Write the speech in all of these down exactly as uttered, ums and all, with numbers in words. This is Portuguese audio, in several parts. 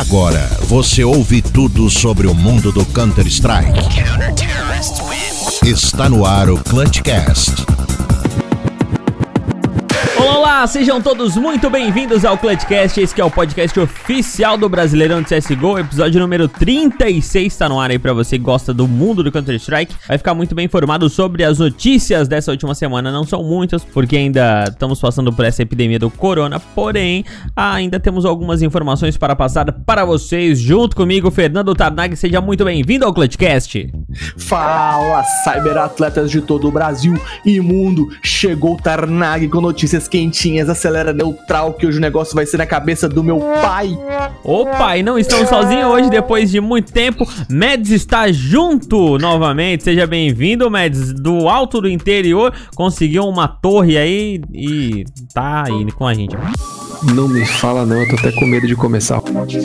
Agora você ouve tudo sobre o mundo do Counter-Strike. Está no ar o ClutchCast. Olá, sejam todos muito bem-vindos ao ClutchCast, esse que é o podcast oficial do Brasileirão de C S G O, episódio número trinta e seis, tá no ar aí pra você que gosta do mundo do Counter-Strike, vai ficar muito bem informado sobre as notícias dessa última semana, não são muitas, porque ainda estamos passando por essa epidemia do corona, porém, ainda temos algumas informações para passar para vocês, junto comigo, Fernando Tarnag, seja muito bem-vindo ao ClutchCast. Fala, cyberatletas de todo o Brasil e mundo, chegou o Tarnag com notícias quentinhas, acelera neutral, que hoje o negócio vai ser na cabeça do meu pai. Opa, e não estamos sozinhos hoje, depois de muito tempo, Mads está junto novamente, seja bem-vindo, Mads, do alto do interior, conseguiu uma torre aí e tá aí com a gente. Não me fala não, eu tô até com medo de começar.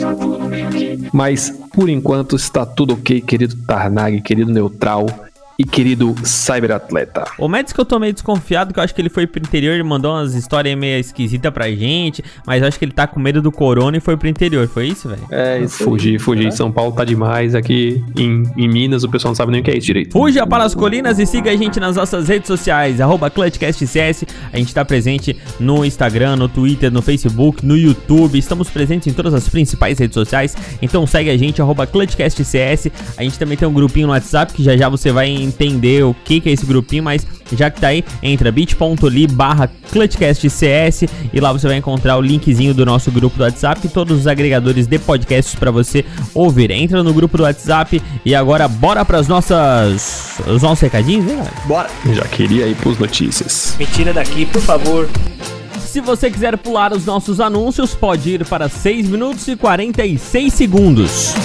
Mas, por enquanto, está tudo ok, querido Tarnag, querido neutral e querido cyberatleta. O Mads que eu tô meio desconfiado, que eu acho que ele foi pro interior, ele mandou umas histórias meio esquisitas pra gente, mas eu acho que ele tá com medo do corona e foi pro interior, foi isso, velho? É, isso. Fugir, fugir. São Paulo tá demais, aqui em, em Minas o pessoal não sabe nem o que é isso direito. Fuja para as colinas e siga a gente nas nossas redes sociais, arroba ClutchCastCS, a gente tá presente no Instagram, no Twitter, no Facebook, no YouTube, estamos presentes em todas as principais redes sociais, então segue a gente, arroba ClutchCastCS, a gente também tem um grupinho no WhatsApp, que já já você vai entender o que, que é esse grupinho, mas já que tá aí, entra bit.ly barra ClutchCastCS e lá você vai encontrar o linkzinho do nosso grupo do WhatsApp e todos os agregadores de podcasts pra você ouvir. Entra no grupo do WhatsApp e agora bora pras nossas... os nossos recadinhos, né? Bora! Já queria ir pros notícias. Me tira daqui, por favor. Se você quiser pular os nossos anúncios, pode ir para seis minutos e quarenta e seis segundos.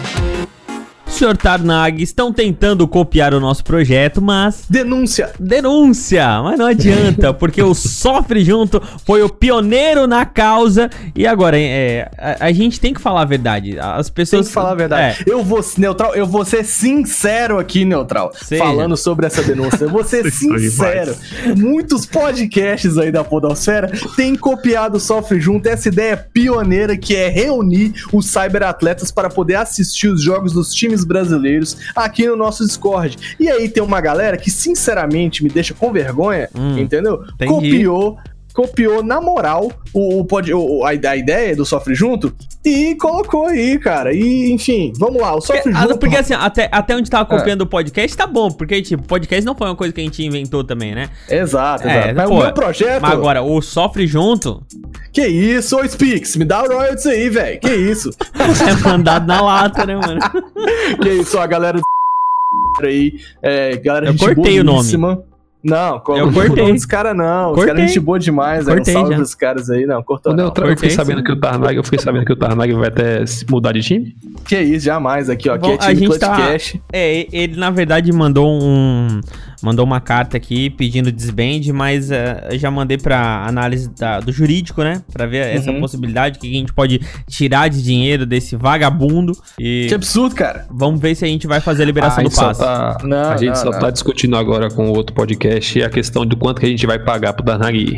senhor Tarnag, estão tentando copiar o nosso projeto, mas... Denúncia! Denúncia! Mas não adianta, porque o Sofre Junto foi o pioneiro na causa. E agora, é, a, a gente tem que falar a verdade. As pessoas... Tem que falar a verdade. É. Eu vou, neutral, eu vou ser sincero aqui, Neutral, Seja. falando sobre essa denúncia. Eu vou ser sincero. Muitos podcasts aí da podosfera têm copiado o Sofre Junto. Essa ideia pioneira que é reunir os cyberatletas para poder assistir os jogos dos times brasileiros aqui no nosso Discord. E aí tem uma galera que sinceramente me deixa com vergonha, hum, entendeu? Entendi. Copiou Copiou na moral o, o, o, a, a ideia do Sofre Junto e colocou aí, cara. E, enfim, vamos lá, o Sofre porque, Junto... Porque, assim, até, até onde tava copiando é. o podcast, tá bom. Porque, tipo, podcast não foi uma coisa que a gente inventou também, né? Exato, é, exato. Mas pô, o meu projeto... Mas agora, o Sofre Junto... Que isso, ô Spix, me dá o royalties aí, velho. Que isso. É mandado na lata, né, mano? Que isso, ó, a galera do... aí, é, galera Eu cortei o nome. Não, eu cortei. Os caras não, cortei. Os caras gente boa demais, é um salve já. pros caras aí, não, cortou não. não. Eu fiquei sabendo que o Tarnag, eu fiquei sabendo que o Tarnag vai até mudar de time? Que isso, jamais, aqui ó, aqui Bom, é time ClutchCast. Tá, é, ele na verdade mandou um... Mandou uma carta aqui pedindo desband, mas uh, eu já mandei pra análise da, do jurídico, né? Pra ver essa uhum. possibilidade, que a gente pode tirar de dinheiro desse vagabundo. E que absurdo, cara. Vamos ver se a gente vai fazer a liberação ah, do passe. Tá, não, a gente não, só não. tá discutindo agora com o outro podcast a questão do quanto que a gente vai pagar pro Tarnag.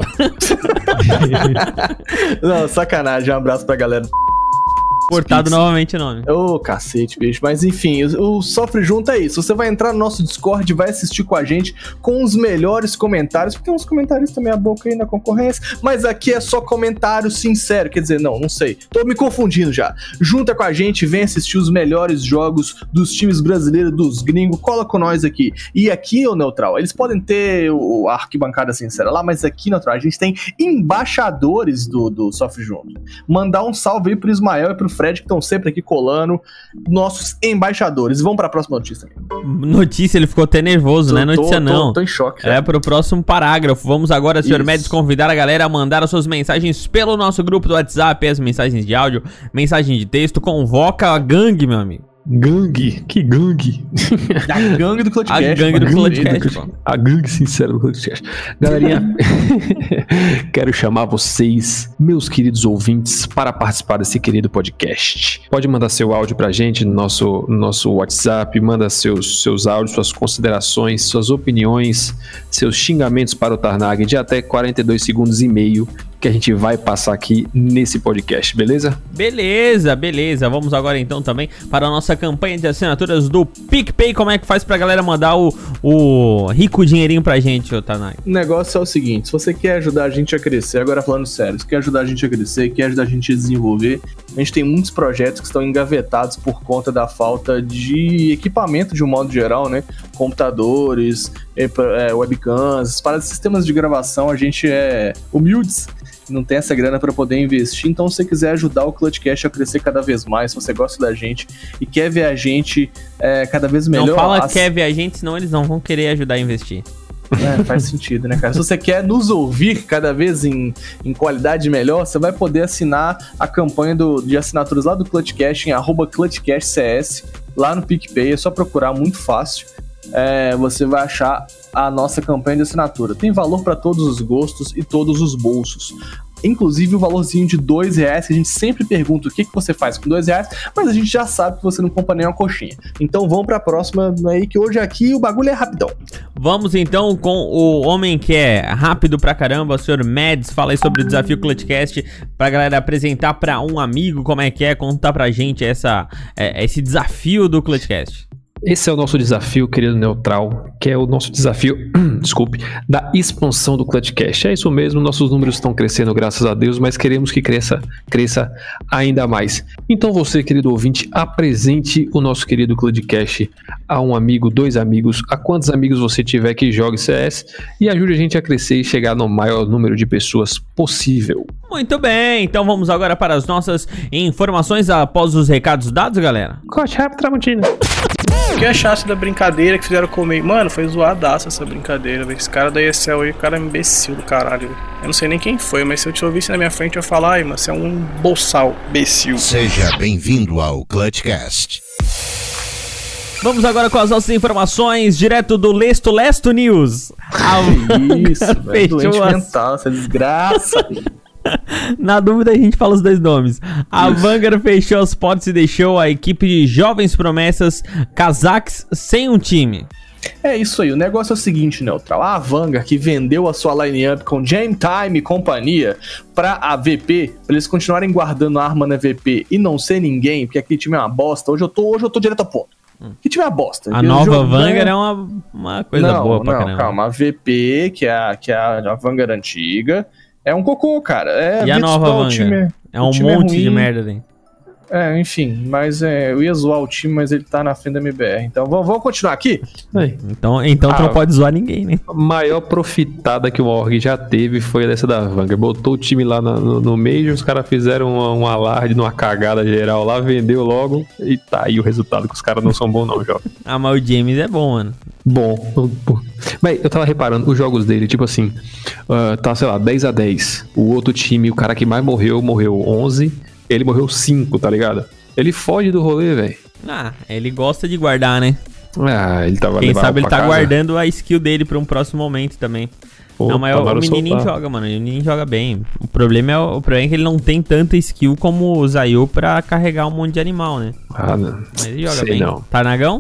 Não, sacanagem. Um abraço pra galera. Cortado Spix. Novamente o nome. Ô, oh, cacete, bicho. Mas enfim, o, o Sofre Junto é isso. Você vai entrar no nosso Discord, vai assistir com a gente com os melhores comentários, porque tem uns comentários também a boca aí na concorrência, mas aqui é só comentário sincero. Quer dizer, não, não sei. Tô me confundindo já. Junta com a gente, vem assistir os melhores jogos dos times brasileiros, dos gringos. Cola com nós aqui. E aqui, ô Neutral, eles podem ter o, a arquibancada sincera lá, mas aqui, Neutral, a gente tem embaixadores do, do Sofre Junto. Mandar um salve aí pro Ismael e pro Fred, que estão sempre aqui colando, nossos embaixadores. Vamos para a próxima notícia. Notícia, ele ficou até nervoso, tô, né? Notícia tô, não. Tô, tô em choque. Já. É pro próximo parágrafo. Vamos agora, senhor Mads, convidar a galera a mandar as suas mensagens pelo nosso grupo do WhatsApp, as mensagens de áudio, mensagem de texto. Convoca a gangue, meu amigo. Gangue? Que gangue? A gangue do ClutchCast. A gangue do ClutchCast. A gangue sincera do ClutchCast. Galerinha, quero chamar vocês, meus queridos ouvintes, para participar desse querido podcast. Pode mandar seu áudio pra gente no nosso, no nosso WhatsApp, manda seus, seus áudios, suas considerações, suas opiniões, seus xingamentos para o Tarnag de até quarenta e dois segundos e meio, que a gente vai passar aqui nesse podcast, beleza? Beleza, beleza. Vamos agora então também para a nossa campanha de assinaturas do PicPay. Como é que faz pra galera mandar o, o rico dinheirinho pra gente, ô Tanai? O negócio é o seguinte, se você quer ajudar a gente a crescer, agora falando sério, se quer ajudar a gente a crescer, quer ajudar a gente a desenvolver, a gente tem muitos projetos que estão engavetados por conta da falta de equipamento de um modo geral, né? Computadores, é, webcams, para sistemas de gravação, a gente é humildes, não tem essa grana para poder investir. Então, se você quiser ajudar o ClutchCast a crescer cada vez mais, se você gosta da gente e quer ver a gente é, cada vez melhor... Não fala as... quer ver a gente, senão eles não vão querer ajudar a investir. É, faz sentido, né, cara? Se você quer nos ouvir cada vez em, em qualidade melhor, você vai poder assinar a campanha do, de assinaturas lá do ClutchCast em arroba ClutchCastCS, lá no PicPay, é só procurar, muito fácil. É, você vai achar a nossa campanha de assinatura. Tem valor para todos os gostos e todos os bolsos. Inclusive o valorzinho de dois reais, que a gente sempre pergunta o que, que você faz com dois reais, mas a gente já sabe que você não compra nem uma coxinha. Então vamos para a próxima aí, que hoje aqui o bagulho é rapidão. Vamos então com o homem que é rápido pra caramba, o senhor Mads. Fala aí sobre o desafio ClutchCast, pra galera apresentar pra um amigo como é que é, contar pra gente essa, é, esse desafio do ClutchCast. Esse é o nosso desafio, querido Neutral, que é o nosso desafio, desculpe, da expansão do ClutchCast. É isso mesmo, nossos números estão crescendo, graças a Deus, mas queremos que cresça, cresça ainda mais. Então você, querido ouvinte, apresente o nosso querido ClutchCast a um amigo, dois amigos, a quantos amigos você tiver que jogue C S, e ajude a gente a crescer e chegar no maior número de pessoas possível. Muito bem, então vamos agora para as nossas informações após os recados dados, galera. Corte rápido, Tramontina. O que achasse da brincadeira que fizeram comigo? Mano, foi zoadaça essa brincadeira, velho. Esse cara da E S L aí, o cara é um imbecil do caralho. Eu não sei nem quem foi, mas se eu te ouvisse na minha frente, eu ia falar, ai, mano, você é um bolsal, imbecil. Seja bem-vindo ao ClutchCast. Vamos agora com as nossas informações, direto do Lesto Lesto News. Ah, isso, velho, doente as... mental, essa desgraça. Na dúvida a gente fala os dois nomes. A Vanguard fechou as portas e deixou a equipe de jovens promessas cazaques sem um time. É isso aí, o negócio é o seguinte, Neutral. A Vanguard, que vendeu a sua line-up com Game Time e companhia pra a V P, pra eles continuarem guardando arma na V P e não ser ninguém, porque aquele time é uma bosta. Hoje eu tô, hoje eu tô direto ao ponto. Que time é uma bosta. A nova Vanguard é uma, uma coisa não, boa pra não, caramba. Calma, a V P, que é a, que é a Vanguard antiga, é um cocô, cara. É, e a nova Vanguard? Time, é um monte é de merda dentro. É, enfim, mas é, eu ia zoar o time, mas ele tá na frente da M B R. Então vamos, vamos continuar aqui? Aí. Então, então ah, tu não pode zoar ninguém, né? A maior profitada que o Org já teve foi dessa da Vanguard. Botou o time lá no, no, no Major, os caras fizeram um, um alarde numa cagada geral lá, vendeu logo e tá aí o resultado, que os caras não são bons não, jovem. Ah, mas o James é bom, mano. Bom. Mas eu tava reparando, os jogos dele, tipo assim, uh, tá, sei lá, dez a dez. O outro time, o cara que mais morreu, morreu onze. Ele morreu cinco, tá ligado? Ele foge do rolê, velho. Ah, ele gosta de guardar, né? Ah, ele tava Quem sabe ele tá casa. guardando a skill dele pra um próximo momento também. Pô, não, mas o, o menininho soltar. joga, mano. O menininho joga bem. O problema, é, o problema é que ele não tem tanta skill como o Zayu pra carregar um monte de animal, né? Ah, não. Mas ele joga Sei bem. Não. Tarnagão?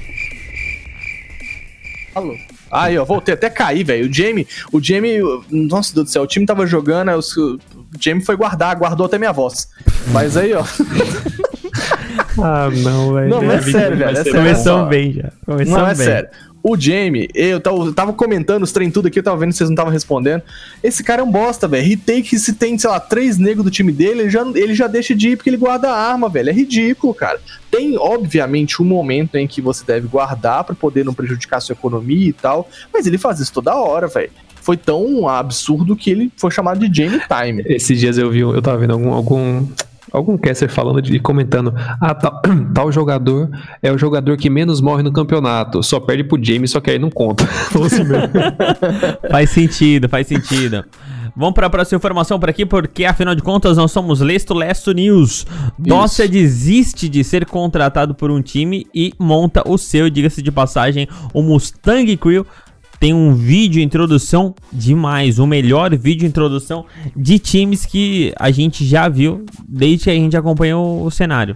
Alô. Aí, ó, voltei até cair, velho. O Jamie, o Jamie, nossa Deus do céu, o time tava jogando, o Jamie foi guardar, guardou até minha voz. Mas aí, ó. Ah, não, velho. Não, mas é sério, velho. É sério. Começamos bem já. Começamos não, é bem. sério. O Jamie, eu tava, eu tava comentando os trem tudo aqui, eu tava vendo que vocês não estavam respondendo. Esse cara é um bosta, velho. Retake, se tem, sei lá, três negros do time dele, ele já, ele já deixa de ir porque ele guarda a arma, velho. É ridículo, cara. Tem, obviamente, um momento em que você deve guardar pra poder não prejudicar a sua economia e tal, mas ele faz isso toda hora, velho. Foi tão absurdo que ele foi chamado de Jamie Time. Esses dias eu vi, eu tava vendo algum... algum... Algum caster falando e comentando, ah, tal, tal jogador é o jogador que menos morre no campeonato, só perde pro Jamie, só que aí não conta. Faz sentido, faz sentido. Vamos para a próxima informação por aqui, porque afinal de contas nós somos Lesto Lesto News. Dócia desiste de ser contratado por um time e monta o seu, diga-se de passagem, o Mustang Crew. Tem um vídeo introdução demais, o melhor vídeo introdução de times que a gente já viu desde que a gente acompanhou o cenário.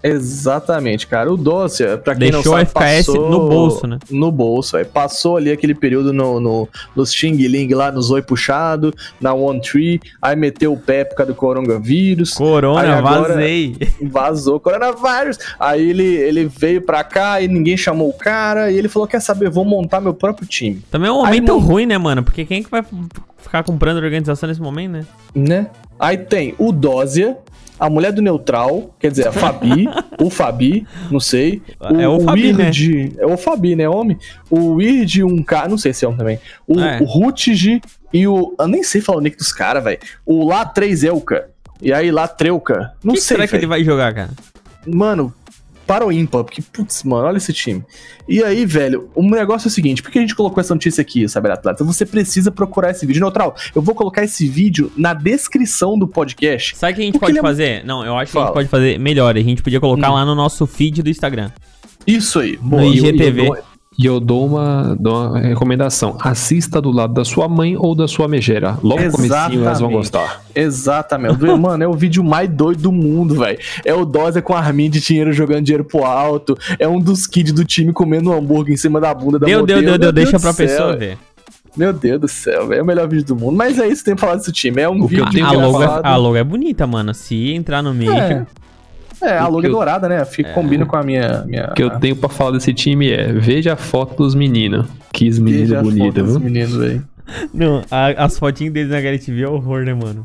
Exatamente, cara. O Dócia, pra quem Deixou não sabe, o F K S passou... no bolso, né? No bolso, aí passou ali aquele período no, no, nos Xing Ling lá, no Zoi puxado, na One Tree, aí meteu o pé por causa do coronavírus. Corona, agora vazei. Vazou coronavírus. Aí ele, ele veio pra cá e ninguém chamou o cara, e ele falou, quer saber, vou montar meu próprio time. Também é um momento Aí, ruim, né, mano? Porque quem é que vai ficar comprando organização nesse momento, né? Né? Aí tem o Dózia, a mulher do Neutral, quer dizer, a Fabi, o Fabi, não sei. É o Fabi, Weird, né? É o Fabi, né, homem? O Weird, um cara, não sei se é homem também. O, É. o Rutge e o... Eu nem sei falar o nick dos caras, velho. O Lá três Elka. E aí, Lá Treuca. Não que sei, será que véio. ele vai jogar, cara? Mano, para o ímpar, porque, putz, mano, olha esse time. E aí, velho, o negócio é o seguinte, por que a gente colocou essa notícia aqui, Saber Atleta? Você precisa procurar esse vídeo. Neutral, eu vou colocar esse vídeo na descrição do podcast. Sabe o que a gente Porque pode ele é fazer? Não, eu acho que a gente Fala. pode fazer melhor. A gente podia colocar Hum. lá no nosso feed do Instagram. Isso aí, No boa. I G E eu- T V. E eu, dou- e eu dou uma, dou uma recomendação. Assista do lado da sua mãe ou da sua megera. Logo no comecinho elas vão Exatamente. gostar. Exatamente. Mano, é o vídeo mais doido do mundo, velho. É o Dózia com a arminha de dinheiro jogando dinheiro pro alto. É um dos kids do time comendo um hambúrguer em cima da bunda da Deu, modelo. deu, deu, deu. Meu Deixa Deus pra do céu, pessoa velho. ver. Meu Deus do céu, velho. É o melhor vídeo do mundo. Mas é isso que tem pra falar desse time. É um O que eu vídeo tenho A logo, é, engraçado. a logo é bonita, mano. Se entrar no meio. É. É, a O logo que é eu- dourada, né? Fica, combina com a minha... minha... O que eu tenho pra falar desse time é: veja a foto dos meninos. Que menino Veja a foto bonito, dos viu? meninos, velho. Não, a- as fotinhas deles na H L T V é horror, né, mano?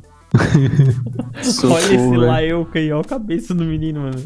Socorro, Olha esse velho. Laeuca aí, ó a cabeça do menino, mano.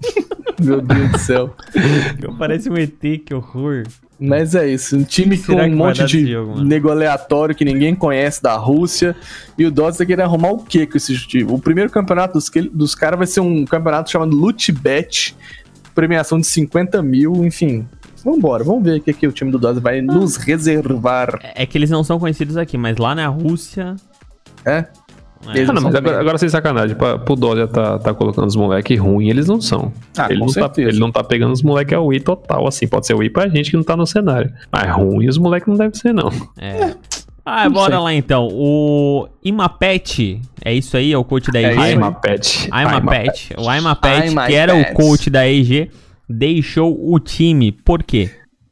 Meu Deus do céu. Parece um E T, que horror. Mas é isso, um time com será que um vai monte dar de desse jogo, mano? nego aleatório que ninguém conhece da Rússia. E o Dodge tá querendo arrumar o quê com esse time? O primeiro campeonato dos, que- dos caras vai ser um campeonato chamado Lutbet, premiação de cinquenta mil, enfim. Vambora, vamos ver o que, que o time do Dodge vai nos reservar. É que eles não são conhecidos aqui, mas lá na Rússia. É? É. Eles Ah, não, mas são agora, bem. agora sem sacanagem, pra, pro Dória tá, tá colocando os moleques ruins, eles não são. Ah, ele, com não tá, certeza. ele não tá pegando os moleques away total, assim. Pode ser away pra gente que não tá no cenário. Mas ruim os moleques não devem ser, não. É. Ah, Não bora sei. lá então. O Imapet, é isso aí? É o coach da É E G? isso aí. I'm a pet. Imapet. O Imapet, I'm a que era pet. o coach da E G, deixou o time. Por quê?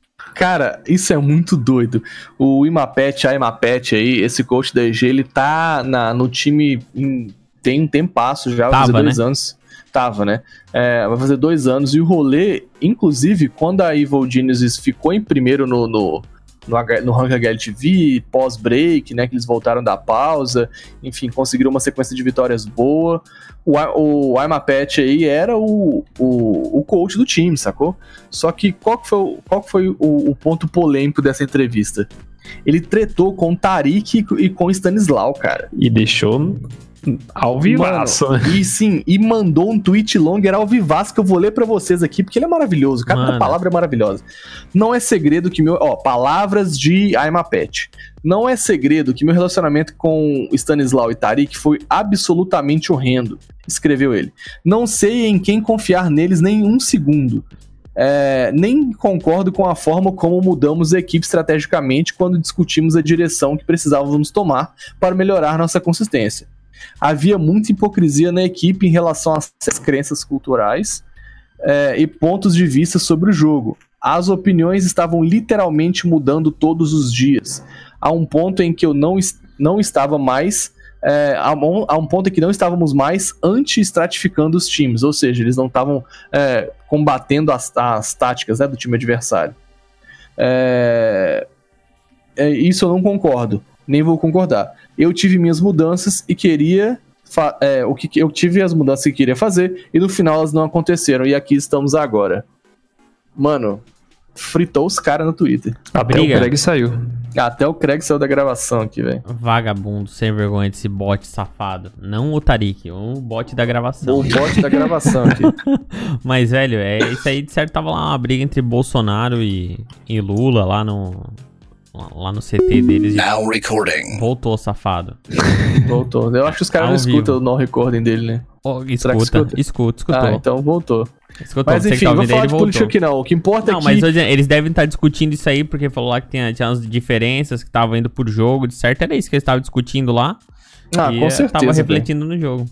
Cara, isso é muito doido. O Imapet, a Imapet aí, esse coach da E G, ele tá na, no time em- tem um tempasso já, vai fazer Tava, dois né? anos. Tava, né? É, vai fazer dois anos. E o rolê, inclusive, quando a Evil Geniuses ficou em primeiro no, no, no, H- no Rank H L T V, pós-break, né? Que eles voltaram da pausa, enfim, conseguiram uma sequência de vitórias boa. O, I- o Imapet aí era o, o, o coach do time, sacou? Só que qual que foi, o, qual que foi o, o ponto polêmico dessa entrevista? Ele tretou com o Tariq e com o Stanislau, cara. E deixou ao vivaço, né? Mano, e sim, e mandou um tweet longo, era ao vivaço, que eu vou ler pra vocês aqui, porque ele é maravilhoso. Cada Mano. palavra é maravilhosa. Não é segredo que meu... Ó, palavras de Imapet. Não é segredo que meu relacionamento com Stanislau e Tariq foi absolutamente horrendo, escreveu ele. Não sei em quem confiar neles nem um segundo. É, nem concordo com a forma como mudamos a equipe estrategicamente quando discutimos a direção que precisávamos tomar para melhorar nossa consistência. Havia muita hipocrisia na equipe em relação às crenças culturais é, e pontos de vista sobre o jogo. As opiniões estavam literalmente mudando todos os dias, a um ponto em que eu não, es- não estava mais... É, a, um, a um ponto em que não estávamos mais anti-estratificando os times, ou seja, eles não estavam é, combatendo as, as táticas, né, do time adversário. É, é, isso eu não concordo, nem vou concordar. Eu tive minhas mudanças e queria... fa- é, o que que- eu tive as mudanças que queria fazer e no final elas não aconteceram e aqui estamos agora. Mano, fritou os caras no Twitter. Até Briga. o Craig saiu. Até o Craig saiu da gravação aqui, velho. Vagabundo, sem vergonha desse bot safado. Não o Tariq, o bot da gravação. O bot da gravação aqui. Mas, velho, é isso aí, de certo, tava lá uma briga entre Bolsonaro e, e Lula lá no, lá no C T deles. E Now recording. voltou, safado. Voltou. Eu acho que os caras Ao não escutam vivo. o no recording dele, né? Oh, Será que escuta, escuta? escuta, escutou. Ah, então voltou. Escutou, Mas você que enfim, tá não vou ouvindo falar ele, de voltou. política aqui não. O que importa Não, é que... mas tô dizendo, eles devem estar discutindo isso aí, porque falou lá que tinha, tinha umas diferenças que estavam indo por jogo, de certo era isso que eles estavam discutindo lá. Ah, e com eh, certeza, tava velho. refletindo no jogo.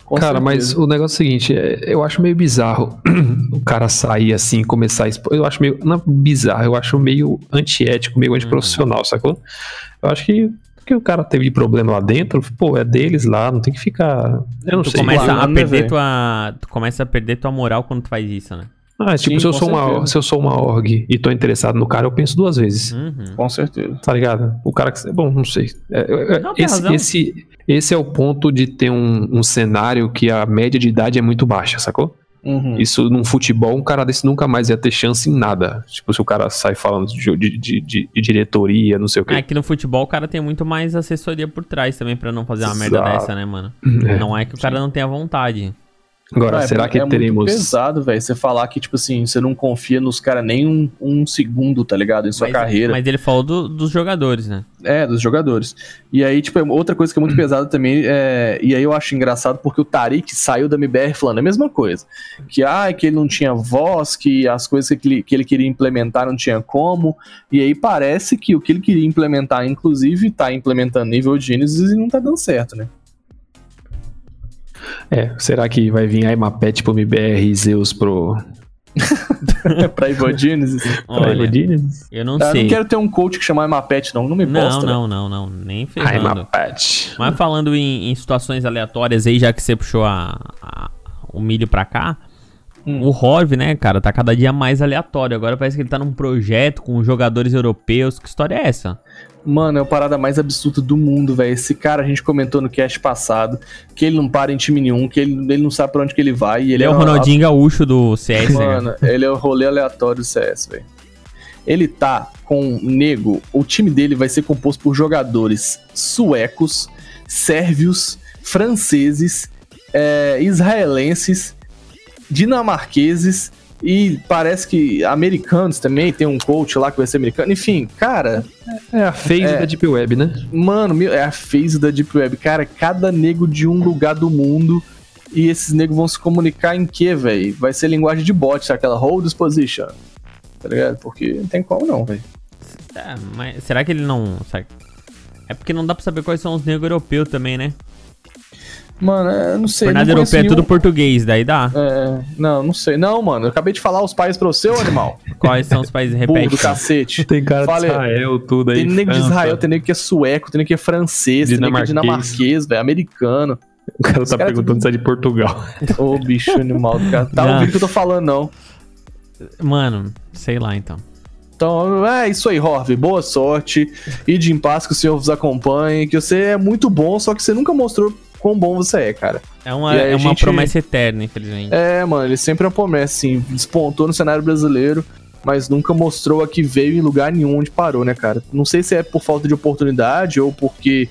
Com Cara, certeza. mas o negócio é o seguinte, é, eu acho meio bizarro o cara sair assim, começar a expor. Eu acho meio, não é bizarro, eu acho meio antiético, meio antiprofissional, sacou? Eu acho que, que o cara teve problema lá dentro, pô, é deles lá, não tem que ficar. Eu não Tu sei. começa claro, a né, perder velho? tua. Tu começa a perder tua moral quando tu faz isso, né? Ah, tipo, Sim, se, eu com sou uma, certeza. se eu sou uma org e tô interessado no cara, eu penso duas vezes. Uhum. Com certeza. Tá ligado? O cara que. Bom, não sei. É, é, Não, tem esse, razão. esse, esse é o ponto de ter um, um cenário que a média de idade é muito baixa, sacou? Uhum. Isso num futebol, um cara desse nunca mais ia ter chance em nada. Tipo, se o cara sai falando de, de, de, de- de diretoria, não sei o quê. É que no futebol o cara tem muito mais assessoria por trás também pra não fazer uma merda Exato. dessa, né, mano? É. Não é que o cara não tenha vontade. Agora, É, será que é teremos. muito pesado, velho. Você falar que, tipo assim, você não confia nos caras nem um, um segundo, tá ligado? Em sua mas, carreira. mas ele falou do- dos jogadores, né? É, dos jogadores. E aí, tipo, outra coisa que é muito pesada também, é... e aí eu acho engraçado porque o Tariq saiu da M B R falando a mesma coisa. Que, ah, que ele não tinha voz, que as coisas que ele, que ele queria implementar não tinha como. E aí parece que o que ele queria implementar, inclusive, tá implementando nível Genesis e não tá dando certo, né? É, será que vai vir a Imapet pro M B R e Zeus pro. pra Evo Genesis. Olha, Pro Genesis? eu não Ah, eu sei. não quero ter um coach que chamar Imapet, não. Não me Não, bosta, não, não, não. Nem A ferrando. Imapet. Mas falando em, em situações aleatórias aí, já que você puxou a, a- o milho pra cá, Hum. o Horv, né, cara, tá cada dia mais aleatório. Agora parece que ele tá num projeto com jogadores europeus. Que história é essa? Mano, é a parada mais absurda do mundo, velho. Esse cara, a gente comentou no cast passado, que ele não para em time nenhum, que ele, ele não sabe pra onde que ele vai. E ele, Ele é o uma- Ronaldinho Gaúcho do C S, né, cara? Mano, ele é o rolê aleatório do C S, velho. Ele tá com um nego. O time dele vai ser composto por jogadores suecos, sérvios, franceses, é, israelenses, dinamarqueses e parece que americanos também. Tem um coach lá que vai ser americano. Enfim, cara, É a phase É. da Deep Web, né? mano, meu, é a phase da Deep Web. Cara, cada nego de um lugar do mundo. E esses negros vão se comunicar em quê, velho? Vai ser linguagem de bot, aquela hold this position. Tá ligado? Porque não tem como não, velho. É, mas será que ele não... sabe? É porque não dá pra saber quais são os negros europeus também, né? Mano, eu não sei. Jornada não conheço europeia é nenhum- tudo português, daí dá. É, não, não sei. Não, mano, eu acabei de falar os países pra você, ô animal. Quais são os países? Burro Repete. do cacete. Tem cara Fala de aí. Israel, tudo aí. Tem nego de França. Israel, tem nego que é sueco, tem nego que é francês, tem nego que é Dinamarquês. dinamarquês, velho, americano. O cara Os tá caras perguntando se é de Portugal. Ô, bicho animal do cara. Tá Não. ouvindo o que eu tô falando, não. Mano, sei lá então. Então, é isso aí, Horv. Boa sorte. Ide em paz, que o Senhor vos acompanhe. Que você é muito bom, só que você nunca mostrou quão bom você é, cara. É uma, E aí é a uma gente- promessa eterna, infelizmente. É, mano, ele sempre é uma promessa, assim. Despontou no cenário brasileiro, mas nunca mostrou a que veio em lugar nenhum onde parou, né, cara? Não sei se é por falta de oportunidade ou porque.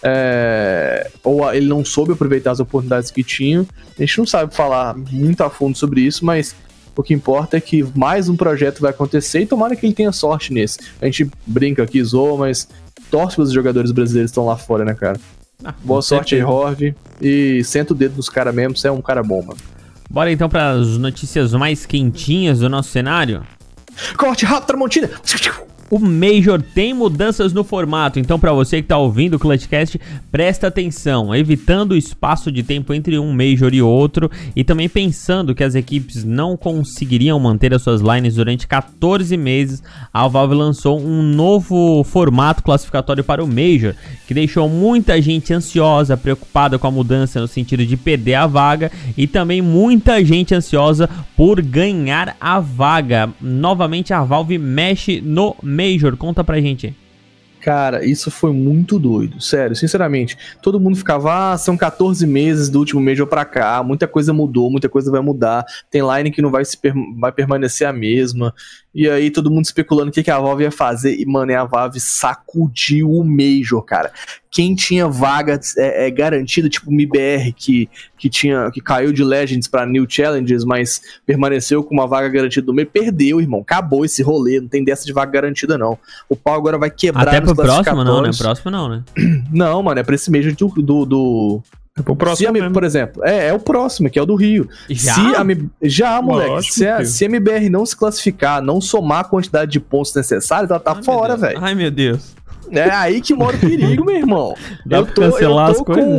É, ou a- ele não soube aproveitar as oportunidades que tinha. A gente não sabe falar muito a fundo sobre isso, mas o que importa é que mais um projeto vai acontecer e tomara que ele tenha sorte nesse. A gente brinca aqui, zoa, mas torce para os jogadores brasileiros que estão lá fora, né, cara? Ah, Boa com sorte aí, certeza. Horv. E senta o dedo nos caras mesmo, você é um cara bom, mano. Bora então para as notícias mais quentinhas do nosso cenário. Corte rápido, Tramontina! O Major tem mudanças no formato, então para você que tá ouvindo o ClutchCast, presta atenção, evitando o espaço de tempo entre um Major e outro e também pensando que as equipes não conseguiriam manter as suas lines durante quatorze meses, a Valve lançou um novo formato classificatório para o Major, que deixou muita gente ansiosa, preocupada com a mudança no sentido de perder a vaga e também muita gente ansiosa por ganhar a vaga. Novamente a Valve mexe no Major, conta pra gente aí. Cara, isso foi muito doido, sério, sinceramente. Todo mundo ficava, ah, são quatorze meses do último Major pra cá, muita coisa mudou, muita coisa vai mudar, tem line que não vai, se per- vai permanecer a mesma, e aí todo mundo especulando o que, que a Valve ia fazer, e mano, a Valve sacudiu o Major, cara. Quem tinha vaga é, é garantida, tipo o M I B R, que, que, tinha, que caiu de Legends pra New Challenges, mas permaneceu com uma vaga garantida do meio, perdeu, irmão, acabou esse rolê, não tem dessa de vaga garantida não. O pau agora vai quebrar Até nos pro próximo não, né? classificatórios. Próximo não, né? Não, mano, é pra esse Major do... do, do... É pro Se próximo a, M- mesmo. por exemplo, é, é o próximo, que é o do Rio. Já? Se a, M- já, moleque. Lógico, Se a, filho. se a M B R não se classificar, não somar a quantidade de pontos necessários, ela tá Ai, meu fora, Deus. velho. Ai, meu Deus. É aí que mora o perigo, meu irmão. Dá eu pra tô, cancelar eu as tô coisas? com.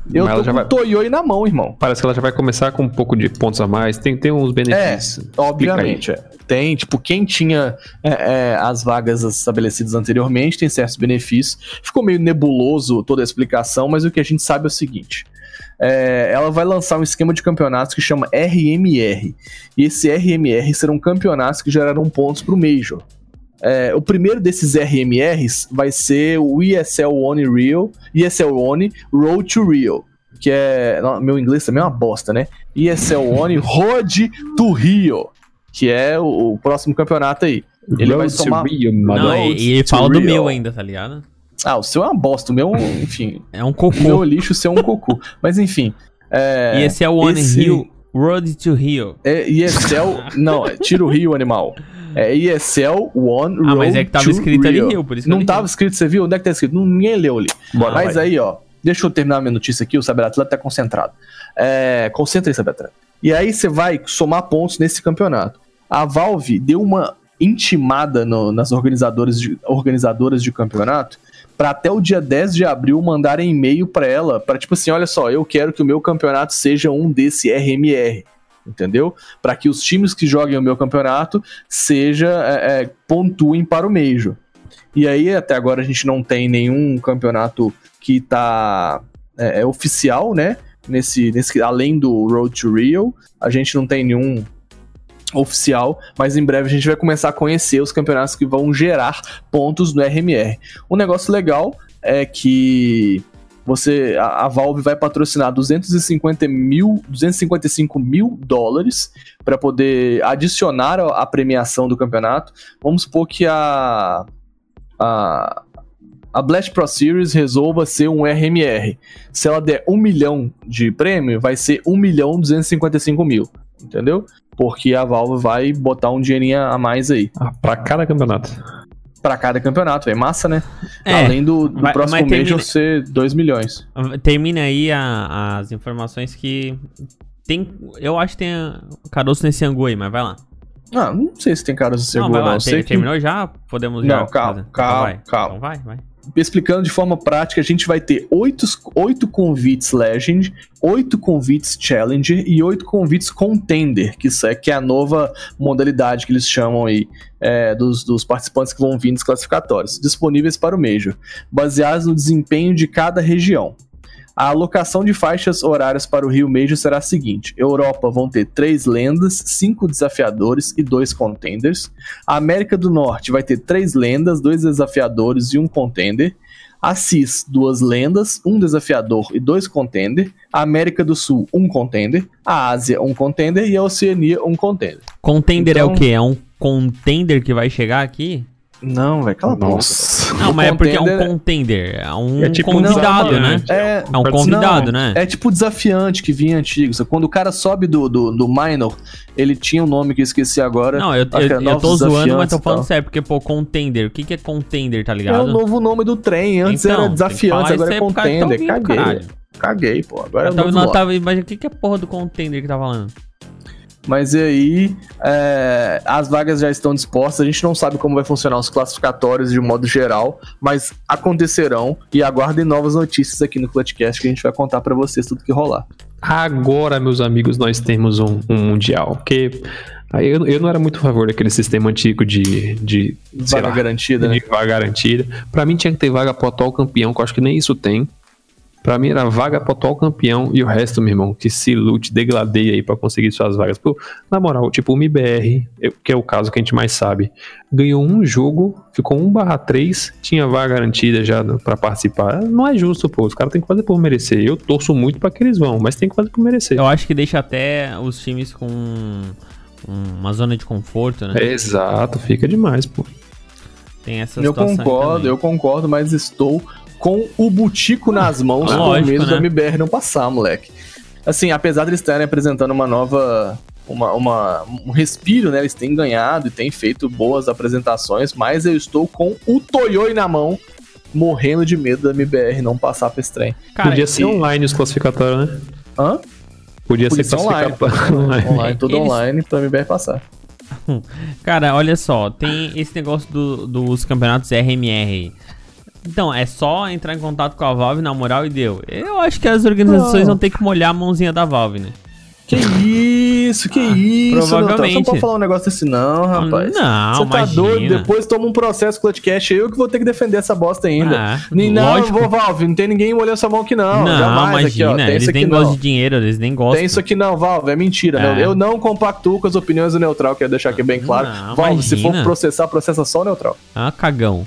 Eu Mas tô ela já com vai- o Toyoi na mão, irmão. Parece que ela já vai começar com um pouco de pontos a mais. Tem, tem uns É, benefícios. Explica aí. obviamente. É. Tem, tipo, quem tinha é, é, as vagas estabelecidas anteriormente tem certos benefícios. Ficou meio nebuloso toda a explicação, mas o que a gente sabe é o seguinte. É, ela vai lançar um esquema de campeonatos que chama R M R. E esse R M R serão campeonatos que gerarão pontos pro Major. É, o primeiro desses R M Rs vai ser o E S L One Rio, E S L One Road to Rio, que é... não, meu inglês também é uma bosta, né? E S L One Road to Rio, que é o, o próximo campeonato aí. Ele vai Road to somar... Rio, Não, mano. e, e ele to fala do Rio. meu ainda, tá ligado? Ah, o seu é uma bosta, o meu, enfim... É um o cocô. meu lixo, o seu é um cocô. Mas enfim... É, E esse é o One esse- Rio, Road to Rio. É E S L... não, é tira o Rio, animal. É E S L One Road Ah, mas é que tava to escrito ali Rio. Rio, por isso que eu Não li tava Rio. escrito, você viu? Onde é que tá escrito? Não, ninguém leu ali. Bora, Mas vai. aí, ó, deixa eu terminar minha notícia aqui, o Cyberatleta tá concentrado. É, concentra aí, Cyberatleta. E aí você vai somar pontos nesse campeonato. A Valve deu uma intimada no- nas organizadoras de, organizadoras de campeonato para até o dia dez de abril mandarem e-mail para ela, para tipo assim, olha só, eu quero que o meu campeonato seja um desse R M R. Entendeu? Para que os times que joguem o meu campeonato seja é, é, pontuem para o Major. E aí, até agora, a gente não tem nenhum campeonato que tá é, é oficial, né? Nesse, nesse, além do Road to Rio, a gente não tem nenhum oficial, mas em breve a gente vai começar a conhecer os campeonatos que vão gerar pontos no R M R. Um negócio legal é que você, a, a Valve vai patrocinar duzentos e cinquenta mil, duzentos e cinquenta e cinco mil dólares para poder adicionar a, a premiação do campeonato. Vamos supor que a, a, a Blast Pro Series resolva ser um R M R. Se ela der um milhão de prêmio, vai ser um milhão duzentos e cinquenta e cinco mil, entendeu? Porque a Valve vai botar um dinheirinho a mais aí. Ah, pra cada campeonato. Pra cada campeonato, é massa, né? É, Além do, do vai- próximo mas Major termina- ser dois milhões. Termina aí a- as informações que tem... Eu acho que tem a- caroço nesse angu aí, mas vai lá. Ah, não sei se tem caras de Não, seguro, vai não. lá. Eu sei Ter- que... Terminou já? Podemos Não, já calma, fazer. calma, Então vai. calma. Então vai, vai. Explicando de forma prática, a gente vai ter oito, oito convites Legend, oito convites Challenger e oito convites Contender, que, isso é, que é a nova modalidade que eles chamam aí é, dos, dos participantes que vão vir nos classificatórios, disponíveis para o Major, baseados no desempenho de cada região. A alocação de faixas horárias para o Rio Major será a seguinte: Europa vão ter três lendas, cinco desafiadores e dois contenders. A América do Norte vai ter três lendas, dois desafiadores e um contender. A C I S, duas lendas, um desafiador e dois contender. A América do Sul, um contender. A Ásia, um contender. E a Oceania, um contender. Contender Então- é o quê? É um contender que vai chegar aqui? Não, vai, cala a boca. Nossa. Não, O mas é porque é um contender- contender. É um É tipo um convidado, né? desafiante. É, É um convidado, não, né? É tipo desafiante que vinha antigo. Só quando o cara sobe do, do, do minor, ele tinha um nome que eu esqueci agora. Não, eu, Acho que eu, é eu Novos tô zoando, mas Desafiantes tô e falando tal. sério, porque, pô, contender, o que que é contender, tá É o ligado? novo nome do trem. Antes Então, era tem que desafiante, falar agora isso é aí pro cara que tá contender. ouvindo, Caguei. caralho. Caguei, pô. Agora é Eu o tava, novo não, nome. tava, imagina, o que que é porra do contender que tá falando? Mas e aí, é, as vagas já estão dispostas. A gente não sabe como vai funcionar os classificatórios de modo geral, mas acontecerão. E aguardem novas notícias aqui no Clutchcast que a gente vai contar pra vocês tudo que rolar. Agora, meus amigos, nós temos um, um mundial. Porque aí eu, eu não era muito a favor daquele sistema antigo de, de sei Vaga lá, garantida, né? de vaga garantida. Pra mim tinha que ter vaga pro atual campeão, que eu acho que nem isso tem. Pra mim era vaga pro atual campeão e o resto, meu irmão, que se lute, degladeie aí pra conseguir suas vagas. Pô, na moral, tipo, o M B R, eu- que é o caso que a gente mais sabe, ganhou um jogo, ficou um barra três, tinha vaga garantida já no- pra participar. Não é justo, pô. Os caras têm que fazer por merecer. Eu torço muito pra que eles vão, mas tem que fazer por merecer. Eu acho que deixa até os times com uma zona de conforto, né? Exato, fica demais, pô. Tem essa Eu situação aí concordo, também. eu concordo, mas estou com o butico nas mãos Ah, com lógico, medo né? do M B R não passar, moleque. Assim, apesar de eles estarem apresentando uma nova... Uma, uma- um respiro, né? Eles têm ganhado e têm feito boas apresentações, mas eu estou com o Toyoi na mão, morrendo de medo do M B R não passar pra esse trem. Cara, Podia ser e- online os classificatórios, né? Hã? Podia, Podia ser ser online. classificatório online. Online, tudo Eles- online pra M B R passar. Cara, olha só, tem esse negócio do- dos campeonatos R M R. Então, é só entrar em contato com a Valve na moral e deu. Eu acho que as organizações Não. vão ter que molhar a mãozinha da Valve, né? Que isso, que isso, provavelmente. Não, você não pode falar um negócio desse não, rapaz. Não, Você tá imagina. doido, depois toma um processo Clutchcast, eu que vou ter que defender essa bosta ainda. Ah, Nem não, lógico. vou, Valve, não tem ninguém molhando essa mão aqui não. Não, Jamais imagina, aqui, ó. Tem eles isso aqui nem não. gostam de dinheiro, eles nem gostam. Tem isso aqui não, Valve, é mentira. É. Né? Eu não compactuo com as opiniões do Neutral, quero deixar aqui bem claro. Não, Valve, se for imagina. processar, processa só o Neutral. Ah, cagão.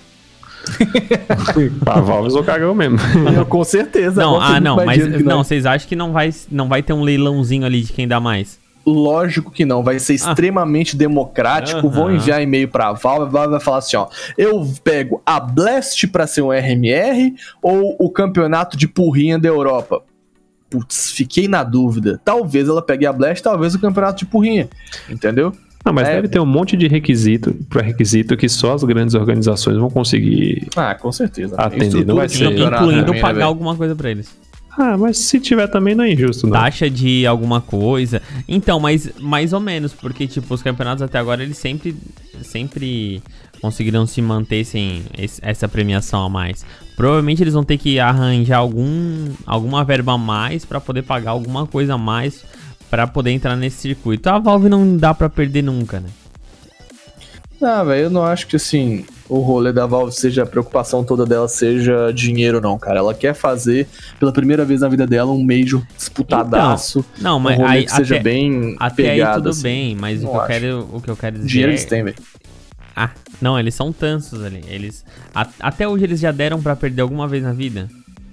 Pra Valve eu sou cagão mesmo. Eu, com certeza. Não, Valve tem ah, muito não, mais mas dinheiro que não, nós. vocês acham que não vai, não vai ter um leilãozinho ali de quem dá mais? Lógico que não, vai ser extremamente democrático. Aham. Vão enviar e-mail pra Valve, a Valve vai falar assim: ó, eu pego a Blast pra ser um R M R ou o campeonato de porrinha da Europa? Putz, fiquei na dúvida. Talvez ela pegue a Blast, talvez o campeonato de porrinha, entendeu? Não, mas É. deve ter um monte de requisito, pré-requisito que só as grandes organizações vão conseir. Ah, com certeza. Atender, Estrutura não vai de ser. campeonato Incluindo também, né, pagar velho? alguma coisa pra eles. Ah, mas se tiver também não é injusto, não. Taxa de alguma coisa. Então, mas mais ou menos, porque tipo, os campeonatos até agora eles sempre sempre conseguiram se manter sem esse- essa premiação a mais. Provavelmente eles vão ter que arranjar algum alguma verba a mais pra poder pagar alguma coisa a mais pra poder entrar nesse circuito. A Valve não dá pra perder nunca, né? Ah, velho, eu não acho que assim, o rolê da Valve seja, a preocupação toda dela seja dinheiro, não, cara. Ela quer fazer, pela primeira vez na vida dela, um Major disputadaço. Não, um mas rolê aí, que seja até, bem até aí pegado, tudo assim. bem, mas o Não que, eu acho. quero, o que eu quero dizer Dinheiro é... eles têm, velho. Ah, não, eles são tansos ali. Eles, a- até hoje eles já deram pra perder alguma vez na vida?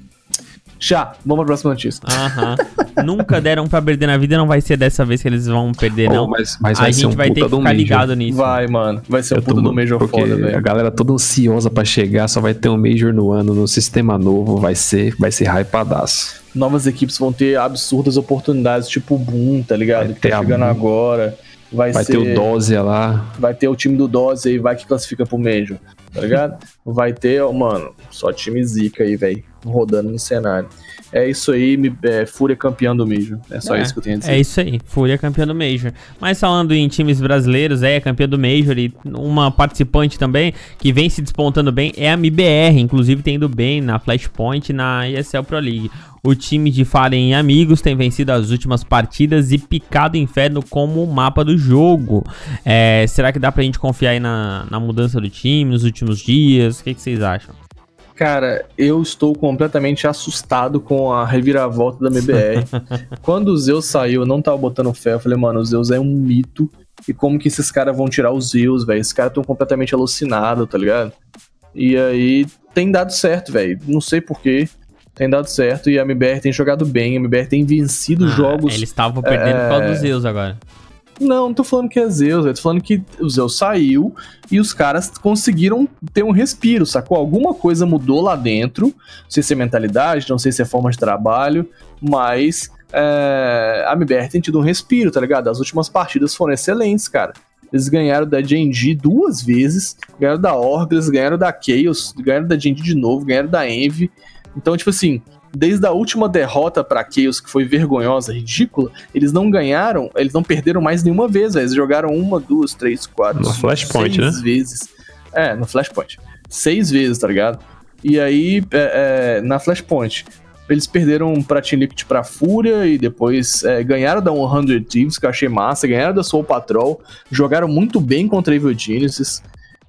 Já, vamos pra próxima notícia. Aham. Nunca deram pra perder na vida, não vai ser dessa vez que eles vão perder, Oh, não. mas, mas a vai ser gente um vai ter puta que de um ficar Major. ligado nisso. Vai, mano. Vai ser um Eu tô puta do mu- Major porque foda, a velho. galera toda ansiosa pra chegar, só vai ter um Major no ano, no sistema novo, vai ser, vai ser hypadaço. Novas equipes vão ter absurdas oportunidades, tipo o Boom, tá ligado? Vai Que ter tá a chegando Boom. agora. Vai, Vai ser, ter o Dozia lá. Vai ter o time do Dose aí, vai que classifica pro Major, tá ligado? Vai ter, ó, mano, só time zica aí, velho, rodando no cenário. É isso aí, me- é, Fúria campeão do Major. É só É, isso que eu tenho a dizer. É isso aí, Fúria é campeã do Major. Mas falando em times brasileiros, é campeã do Major e uma participante também que vem se despontando bem é a M B R, inclusive tem ido bem na Flashpoint e na E S L Pro League. O time de Fallen Amigos tem vencido as últimas partidas e picado o inferno como o mapa do jogo. É, será que dá pra gente confiar aí na, na mudança do time nos últimos dias? O que, que vocês acham? Cara, eu estou completamente assustado com a reviravolta da M B R. Quando o Zeus saiu, eu não tava botando fé. Eu falei, mano, o Zeus é um mito. E como que esses caras vão tirar os Zeus, velho? Esses caras estão completamente alucinados, tá ligado? E aí, tem dado certo, velho. Não sei porquê. Tem dado certo e a M B R tem jogado bem. A M B R tem vencido Ah, jogos. Eles estavam perdendo é, por causa dos Zeus agora. Não, não tô falando que é Zeus, eu tô falando que o Zeus saiu e os caras conseguiram ter um respiro, sacou? Alguma coisa mudou lá dentro, não sei se é mentalidade, não sei se é forma de trabalho, mas é, a M B R tem tido um respiro, tá ligado? As últimas partidas foram excelentes, cara. Eles ganharam da J and G duas vezes, ganharam da Orgles, ganharam da Chaos, ganharam da J and G de novo, ganharam da Envy. Então, tipo assim, desde a última derrota pra Chaos, que foi vergonhosa, ridícula, eles não ganharam, eles não perderam mais nenhuma vez, véio. Eles jogaram uma, duas, três, quatro, No cinco, Flashpoint, seis né? vezes. É, no Flashpoint. Seis vezes, tá ligado? E aí, é, é, na Flashpoint, eles perderam pra Team Liquid pra Fúria e depois é, ganharam da cem Thieves, que eu achei massa, ganharam da Soul Patrol, jogaram muito bem contra a Evil Genesis.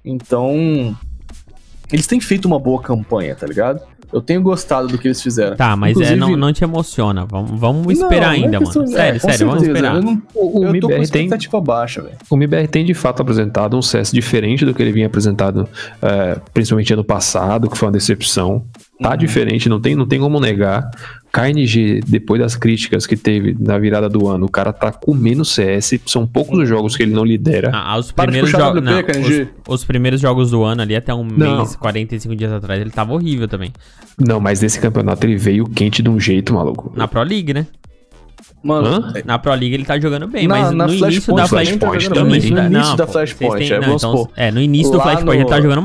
Então, eles têm feito uma boa campanha, tá ligado? Eu tenho gostado do que eles fizeram. Tá, mas Inclusive- é, não, não te emociona. Vamos, vamos Não, esperar não é ainda, questão- mano. é, Sério, com sério, vamos certeza. esperar. Eu, não, O eu tô com M B R tem- expectativa baixa, velho. O M B R tem de fato apresentado um C S diferente do que ele vinha apresentado, é, principalmente ano passado, que foi uma decepção. Tá Uhum. diferente, não tem, não tem como negar. K N G, depois das críticas que teve na virada do ano, o cara tá comendo C S. São poucos os jogos que ele não lidera. Ah, os Para de primeiros puxar jogos. W P, Não, K N G. os, os primeiros jogos do ano ali, até um Não. mês, quarenta e cinco dias atrás, ele tava horrível também. Não, mas nesse campeonato ele veio quente de um jeito, maluco. Na Pro League, né? Mano, Hã? Na Pro League ele tá jogando bem, Na- mas na no início Flashpoint da também tá Flashpoint jogando também. bem. No Não, início da pô, Flashpoint, vocês têm- é, não, vamos então, supor. é, no início do Lá Flashpoint no- ele tá jogando mal.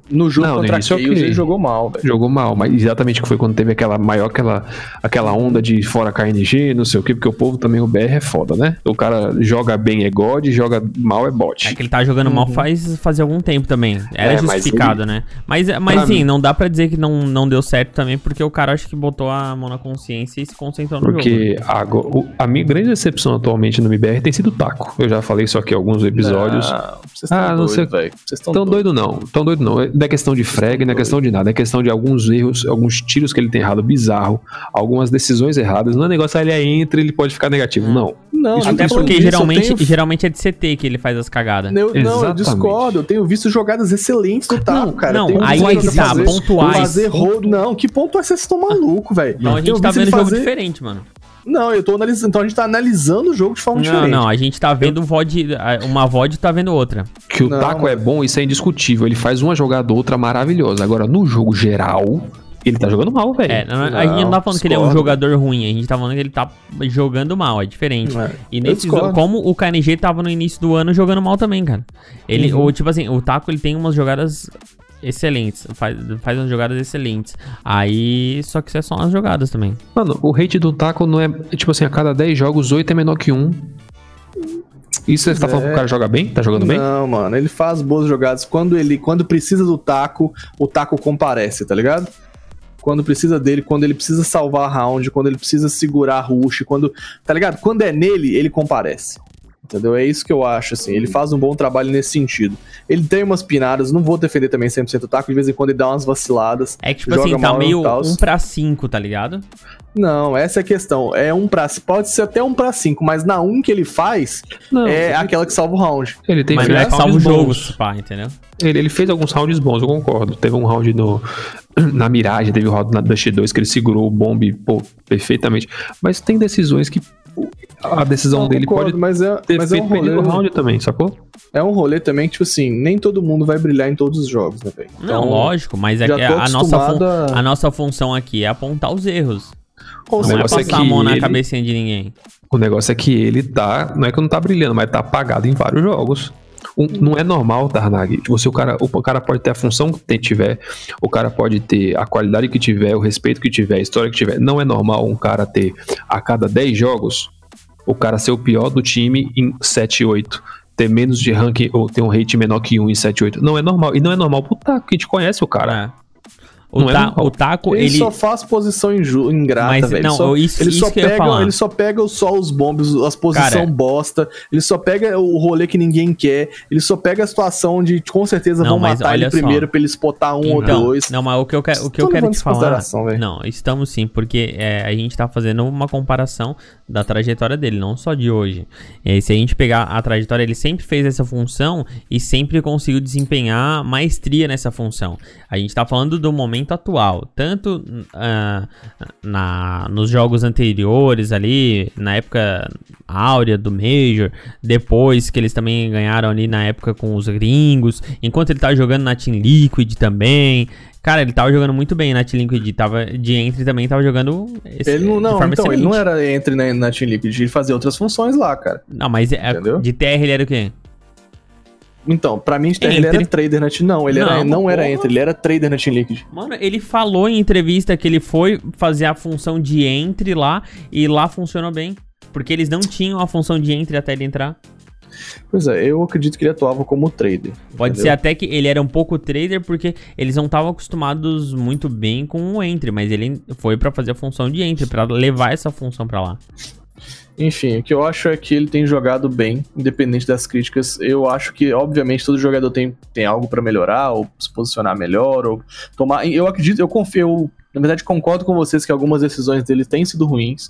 No jogo Não, no contra a início, Chaos ok. ele jogou mal, velho. Jogou mal, mas exatamente que foi quando teve aquela maior, aquela, aquela onda de fora K N G, não sei o quê, porque o povo também, o B R é foda, né? O cara joga bem é God, joga mal é bot. É que ele tá jogando mal faz, faz algum tempo também. Era É, mas justificado, ele- né? Mas, mas Pra sim, mim- não dá pra dizer que não, não deu certo também, porque o cara acho que botou a mão na consciência e se concentrou no jogo. Porque a, o- a minha grande decepção atualmente no M B R tem sido o Taco. Eu já falei isso aqui em alguns episódios. Não, vocês Ah, estão não sei- doidos, velho. Vocês estão Tão doidos. doido não, tão doido não. Não é questão de frag, não é questão de nada, é questão de alguns erros, alguns tiros que ele tem errado bizarro, algumas decisões erradas. Não é negócio, ah, ele entra, ele pode ficar negativo. Não. Não, Isso eu Até tenho porque visto, geralmente, eu tenho- geralmente é de C T que ele faz as cagadas. Eu, não, eu Exatamente. discordo. Eu tenho visto jogadas excelentes do Taco, cara. não, Eu tenho aí visto que ele tá, fazer- pontuais. Fazer hold. Não, que ponto é vocês estão malucos, velho? Então a gente Eu tá vi ele vendo jogo fazer- diferente, mano. Não, eu tô analisando. Então a gente tá analisando o jogo de forma Não, diferente. não, a gente tá vendo V O D, uma V O D tá vendo outra. Que o Não, Taco mano. é bom, isso é indiscutível. Ele faz uma jogada ou outra maravilhosa. Agora, no jogo geral, ele tá jogando mal, velho. É, não, a gente não tá falando que ele é um discordo. jogador ruim, a gente tá falando que ele tá jogando mal, é diferente. É, E eu nesse discordo. jogo, como o K N G tava no início do ano jogando mal também, cara. Ele, Uhum. o, tipo assim, o Taco ele tem umas jogadas excelentes, faz, faz umas jogadas excelentes. Aí, só que isso é só umas jogadas também. Mano, o rate do Taco não é, tipo assim, a cada dez jogos, oito é menor que um. Isso você tá falando que o cara joga bem? Tá jogando bem? Não, mano, ele faz boas jogadas. Quando ele, quando precisa do Taco, o Taco comparece, tá ligado? Quando precisa dele, quando ele precisa salvar round, quando ele precisa segurar rush, quando, tá ligado? Quando é nele, ele comparece. Entendeu? É isso que eu acho, assim. Ele faz um bom trabalho nesse sentido. Ele tem umas pinadas, não vou defender também cem por cento o Taco, de vez em quando ele dá umas vaciladas. É que, tipo joga assim, tá mal e meio tal. um pra cinco, tá ligado? Não, essa é a questão. É um pra, pode ser até um pra cinco, mas na um que ele faz, Não, é ele, aquela que salva o round. ele tem Mas feito não é que salva o rounds jogo, bons. pá, entendeu? Ele, ele fez alguns rounds bons, eu concordo. Teve um round no, na Mirage, teve o round na Dust dois que ele segurou o bomb, pô, perfeitamente. Mas tem decisões que pô, a decisão Não, dele concordo, pode mas é, ter mas é feito um perder rolê, o round também, sacou? é um rolê também que, tipo assim, nem todo mundo vai brilhar em todos os jogos, né, velho? Não, lógico, mas é já que tô a, nossa fun- acostumado a- a nossa função aqui é apontar os erros. Ou O Não é negócio é passar a que mão na ele- cabecinha de ninguém. O negócio é que ele tá. Não é que não tá brilhando, mas tá apagado em vários jogos. Um- não é normal, Tarnag. Você, o, cara, o cara pode ter a função que tem- tiver, o cara pode ter a qualidade que tiver, o respeito que tiver, a história que tiver. Não é normal um cara ter a cada dez jogos, o cara ser o pior do time em sete e oito. Ter menos de ranking ou ter um rate menor que um em sete e oito. Não é normal. E não é normal pro Taco, que a gente conhece o cara. É. O, Não é ta- normal. o Taco, Ele, ele. só faz posição inju- ingrata, Mas, velho. não, Só- isso- ele, isso só que eu ia pega, falar. ele só pega só os bombs, as posições Cara, bosta. Ele só pega o rolê que ninguém quer. Ele só pega a situação de com certeza Não, vão mas matar ele olha só. primeiro pra ele spotar um Então, ou dois. não, mas o que eu, que, o que Tô eu quero levando te isso em falar. consideração, velho. Não, estamos sim, porque é, a gente tá fazendo uma comparação da trajetória dele, não só de hoje. E se a gente pegar a trajetória, ele sempre fez essa função e sempre conseguiu desempenhar maestria nessa função. A gente tá falando do momento atual, tanto ah, na, nos jogos anteriores ali, na época áurea do Major, depois que eles também ganharam ali na época com os gringos, enquanto ele tava jogando na Team Liquid também. Cara, ele tava jogando muito bem na Team Liquid, tava de entry também, tava jogando esse, Ele não, de não forma então, ele excelente. não era entre na, na Team Liquid, ele fazia outras funções lá, cara. Não, mas é- Entendeu? de T R ele era o quê? Então, pra mim, ele era Entre. trader na Team. Não, ele era, Não, não era porra. entre, ele era trader na Team Liquid. Mano, ele falou em entrevista que ele foi fazer a função de entry lá e lá funcionou bem. Porque eles não tinham a função de entry até ele entrar. Pois é, eu acredito que ele atuava como trader. Pode entendeu? ser até que ele era um pouco trader porque eles não estavam acostumados muito bem com o entry, mas ele foi pra fazer a função de entry, pra levar essa função pra lá. Enfim, o que eu acho é que ele tem jogado bem, independente das críticas. Eu acho que, obviamente, todo jogador tem, tem algo pra melhorar, ou se posicionar melhor, ou tomar. Eu acredito, eu confio, eu, na verdade, concordo com vocês que algumas decisões dele têm sido ruins,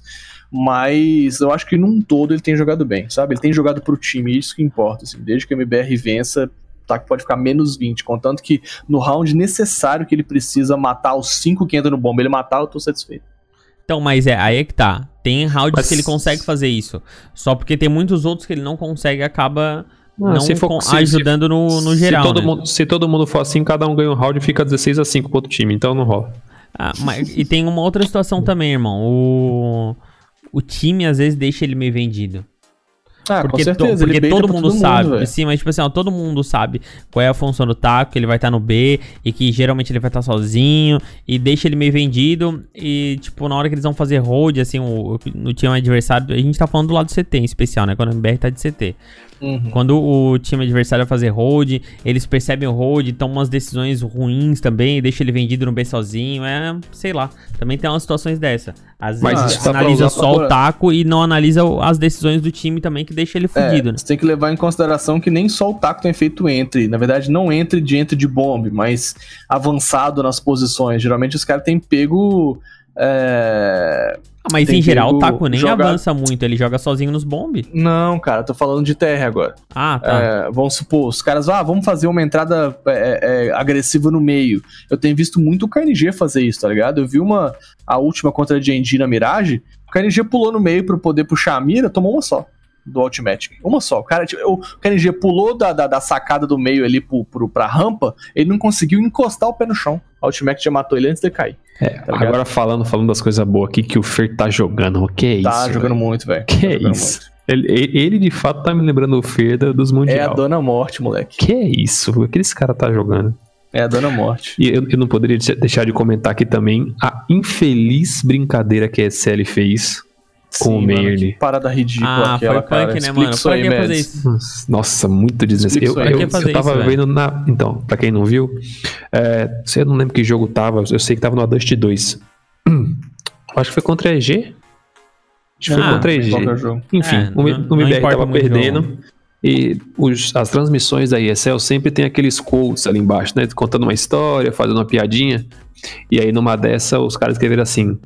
mas eu acho que num todo ele tem jogado bem, sabe? Ele tem jogado pro time, isso que importa. Assim, desde que o M B R vença, tá, que pode ficar menos vinte, contanto que no round necessário que ele precisa matar os cinco que entram no bomba, ele matar, eu tô satisfeito. Então, mas é, aí é que tá. Tem rounds Mas- que ele consegue fazer isso. Só porque tem muitos outros que ele não consegue e acaba Ah, não se for- com- se- ajudando no, no geral, se todo, né? mundo, se todo mundo for assim, cada um ganha um round e fica dezesseis a cinco pro outro time, então não rola. Ah, mas, e tem uma outra situação também, irmão. O, o time às vezes deixa ele meio vendido. Ah, porque com certeza, to, porque ele todo pra mundo todo sabe. mundo, Sim, mas tipo assim, ó, todo mundo sabe qual é a função do taco, que ele vai estar no B e que geralmente ele vai estar sozinho e deixa ele meio vendido e tipo, na hora que eles vão fazer hold, assim, o, no time adversário, a gente tá falando do lado do C T em especial, né, quando o M B R tá de C T. Uhum. Quando o time adversário vai fazer hold, eles percebem o hold, tomam umas decisões ruins também, deixa ele vendido no B sozinho, é, sei lá, também tem umas situações dessa. Às Mas vezes isso tá analisa só pra... o taco e não analisa as decisões do time também, que deixa ele fudido, é, né? Você tem que levar em consideração que nem só o taco tem feito entre, na verdade não entre de entre de bomb, mas avançado nas posições, geralmente os caras têm pego... É... Ah, mas tem em geral pego o taco nem jogar... avança muito, ele joga sozinho nos bomb. Não, cara, tô falando de T R agora. Ah, tá. É, vamos supor, os caras, ah, vamos fazer uma entrada é, é, agressiva no meio. Eu tenho visto muito o K N G fazer isso, tá ligado? Eu vi uma, a última contra a J N G na Mirage, o K N G pulou no meio pra poder puxar a mira, tomou uma só do Ultimate. Uma só. O, cara, o K N G pulou da, da, da sacada do meio ali pro, pro, pra rampa, ele não conseguiu encostar o pé no chão. O Ultimate já matou ele antes de cair. É, tá agora falando, falando das coisas boas aqui que o Fer tá jogando. Que é isso? Tá jogando véio? muito, velho. Que é isso? Ele, ele de fato tá me lembrando o Fer dos Mundial. É a Dona Morte, moleque. Que é isso? Aqueles caras tá jogando. É a Dona Morte. E eu, eu não poderia deixar de comentar aqui também a infeliz brincadeira que a E S L fez com Sim, o Mayerne. Parada ridícula ah, aquela, foi cara. punk, né, Explica mano? isso aí, pra que fazer Mads. isso? Nossa, muito desnecessário. Eu, eu, eu, eu tava isso, vendo na... Então, pra quem não viu, é, eu não lembro que jogo tava, eu sei que tava no Dust dois. Acho que foi contra a E G. Acho que ah, foi contra a E G. Enfim, é, o, não, o M B R tava perdendo. Jogo. E os, as transmissões da E S L sempre tem aqueles quotes ali embaixo, né? Contando uma história, fazendo uma piadinha. E aí numa dessa, os caras escreveram assim...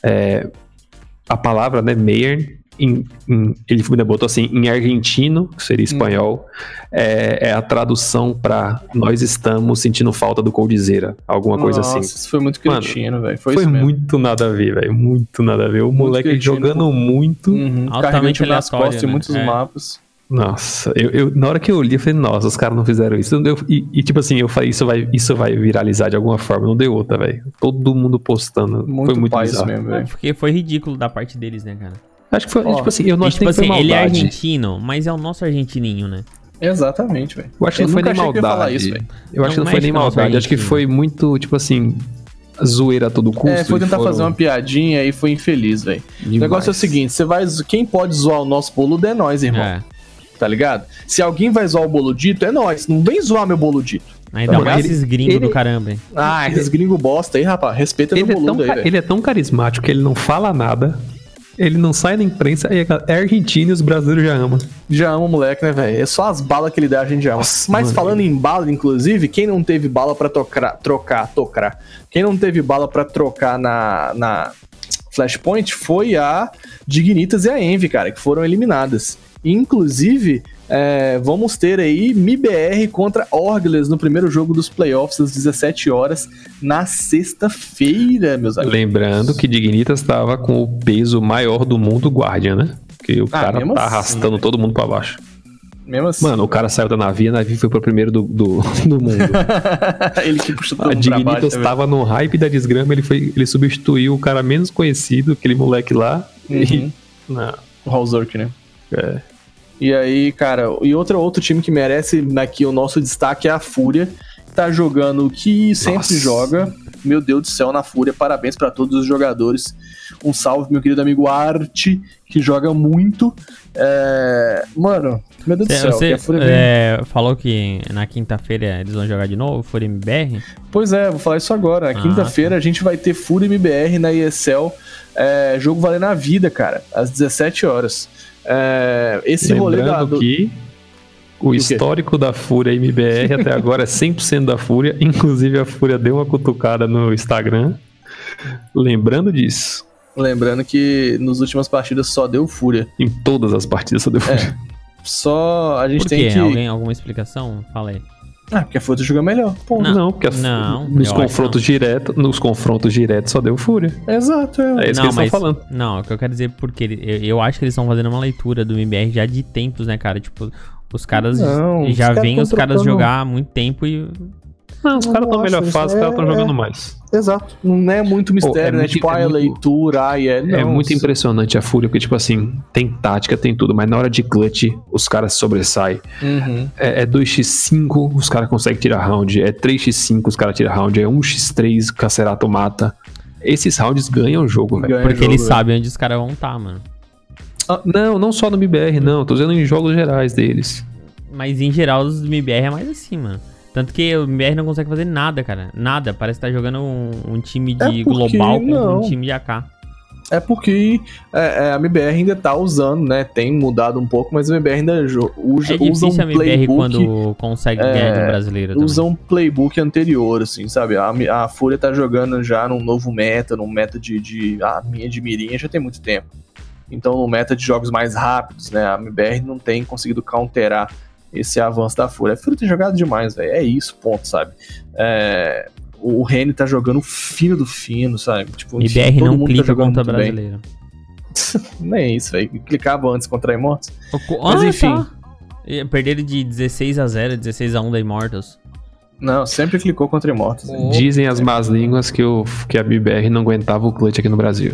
É, a palavra, né, Mayerne, em, em, ele botou assim, em argentino, que seria espanhol, hum. é, é a tradução pra nós estamos sentindo falta do Coldzera, alguma coisa Nossa, assim. Nossa, isso foi muito cretino, velho. Foi, foi isso muito nada a ver, velho, muito nada a ver. O muito moleque cretino, jogando pô. muito. Uhum. Altamente nas costas né? em muitos é. mapas. Nossa, eu, eu, na hora que eu li, eu falei, nossa, os caras não fizeram isso. Não deu, e, e tipo assim, eu falei, isso vai, isso vai viralizar de alguma forma. Não deu outra, velho. Todo mundo postando. Muito foi muito bizarro mesmo, velho. Porque foi ridículo da parte deles, né, cara? Acho que foi, oh, tipo assim, eu não e, acho tipo que foi assim, ele é maldade. argentino, mas é o nosso argentininho, né? Exatamente, velho. Eu acho que eu não foi nem achei maldade. Que eu, falar isso, eu acho que não foi nem maldade. Acho que foi muito, tipo assim, zoeira a todo custo. É, foi tentar foram... fazer uma piadinha e foi infeliz, velho. O negócio é o seguinte, você vai, quem pode zoar o nosso boludo é nós, irmão. É. Tá ligado? Se alguém vai zoar o boludito, é nós. Não vem zoar meu boludito. Ainda tá mais esses gringos ele... do caramba, hein? Ah, esses gringos bosta aí, rapaz. Respeita meu boludo é aí, velho. Ele é tão carismático que ele não fala nada. Ele não sai na imprensa. É argentino e os brasileiros já amam. Já ama o moleque, né, velho? É só as balas que ele dá, a gente já ama. Nossa, Mas mano, falando em bala, inclusive, quem não teve bala pra tocar, trocar, tocar. Quem não teve bala pra trocar na, na Flashpoint foi a Dignitas e a Envy, cara, que foram eliminadas. Inclusive, é, vamos ter aí M I B R contra Orgles no primeiro jogo dos playoffs às dezessete horas na sexta-feira, meus amigos. Lembrando que Dignitas estava com o peso maior do mundo Guardian, né? Que o ah, cara tá assim, arrastando véio. todo mundo pra baixo. Mesmo assim. Mano, o cara saiu da Navi, a Navi foi pro primeiro do, do, do mundo. Ele que puxou todo a mundo Dignitas estava no hype da desgrama, ele, foi, ele substituiu o cara menos conhecido, aquele moleque lá. Uhum. E, não. O Hauserk, né? É. E aí, cara, e outro, outro time que merece aqui o nosso destaque é a Fúria. Tá jogando o que sempre Nossa. joga. Meu Deus do céu, na Fúria. Parabéns pra todos os jogadores. Um salve, meu querido amigo Art, que joga muito. É... Mano, meu Deus Cê, do céu. Você que a Fúria é, falou que na quinta-feira eles vão jogar de novo, Fúria M B R? Pois é, vou falar isso agora. Na ah, quinta-feira a gente vai ter Fúria M B R na E S L. É, jogo valendo a vida, cara. Às dezessete horas. É, esse Lembrando rolê da, do... que o, o histórico da Fúria M B R até agora é cem por cento da Fúria. Inclusive a Fúria deu uma cutucada no Instagram. Lembrando disso. Lembrando que nas últimas partidas só deu Fúria. Em todas as partidas só deu Fúria. É, só a gente Por tem quê? que... Alguém, alguma explicação? Fala aí. Ah, porque a Fúria joga melhor. Pô, não, não, porque a, não, nos confrontos diretos, nos confrontos diretos só deu Fúria. Exato, é. É isso não, que eles mas, estão falando. Não, o que eu quero dizer porque ele, eu, eu acho que eles estão fazendo uma leitura do M B R já de tempos, né, cara? Tipo, os caras não, já os vêm caras os caras trocando... jogar há muito tempo e Não, os caras estão melhor acho, fase, os é, caras estão é. jogando mais. Exato. Não é muito mistério, Pô, é né? muito- Tipo, é ah, a muito- leitura, ah, é... É não, muito isso- impressionante a Fúria, porque, tipo assim, tem tática, tem tudo, mas na hora de clutch, os caras sobressaem. Uhum. É, é dois por cinco, os caras conseguem tirar round. É três por cinco, os caras tiram round. É um por três, o Cacerato mata. Esses rounds ganham o jogo, velho. Ganha Porque jogo, eles velho. sabem onde os caras vão estar, mano. Ah, não, não só no M B R, não. Tô dizendo em jogos gerais deles. Mas em geral os M B R é mais assim, mano. Tanto que o M B R não consegue fazer nada, cara. Nada. Parece que tá jogando um, um time de É porque global contra não. um time de A K. É porque é, é, a M B R ainda tá usando, né? Tem mudado um pouco, mas a M B R ainda jo- usa, É usa difícil um a M B R playbook. quando consegue é, ganhar de um brasileiro também. Usa um playbook anterior, assim, sabe? A, Mi- a Fúria tá jogando já num novo meta, num meta de, de a minha de mirinha já tem muito tempo. Então, no meta de jogos mais rápidos, né? A M B R não tem conseguido counterar esse avanço da Fúria. A Fúria tem jogado demais, velho. É isso, ponto, sabe? É, o Reni tá jogando fino do fino, sabe? Tipo, M B R todo não mundo tá clica jogando contra muito bem. brasileiro. Nem isso, velho. Clicava antes contra a Immortals. Mas enfim. Tá. E perderam de dezesseis a zero, dezesseis a um da Immortals. Não, sempre clicou contra Immortals. velho. Dizem as más línguas que, o, que a B B R não aguentava o clutch aqui no Brasil.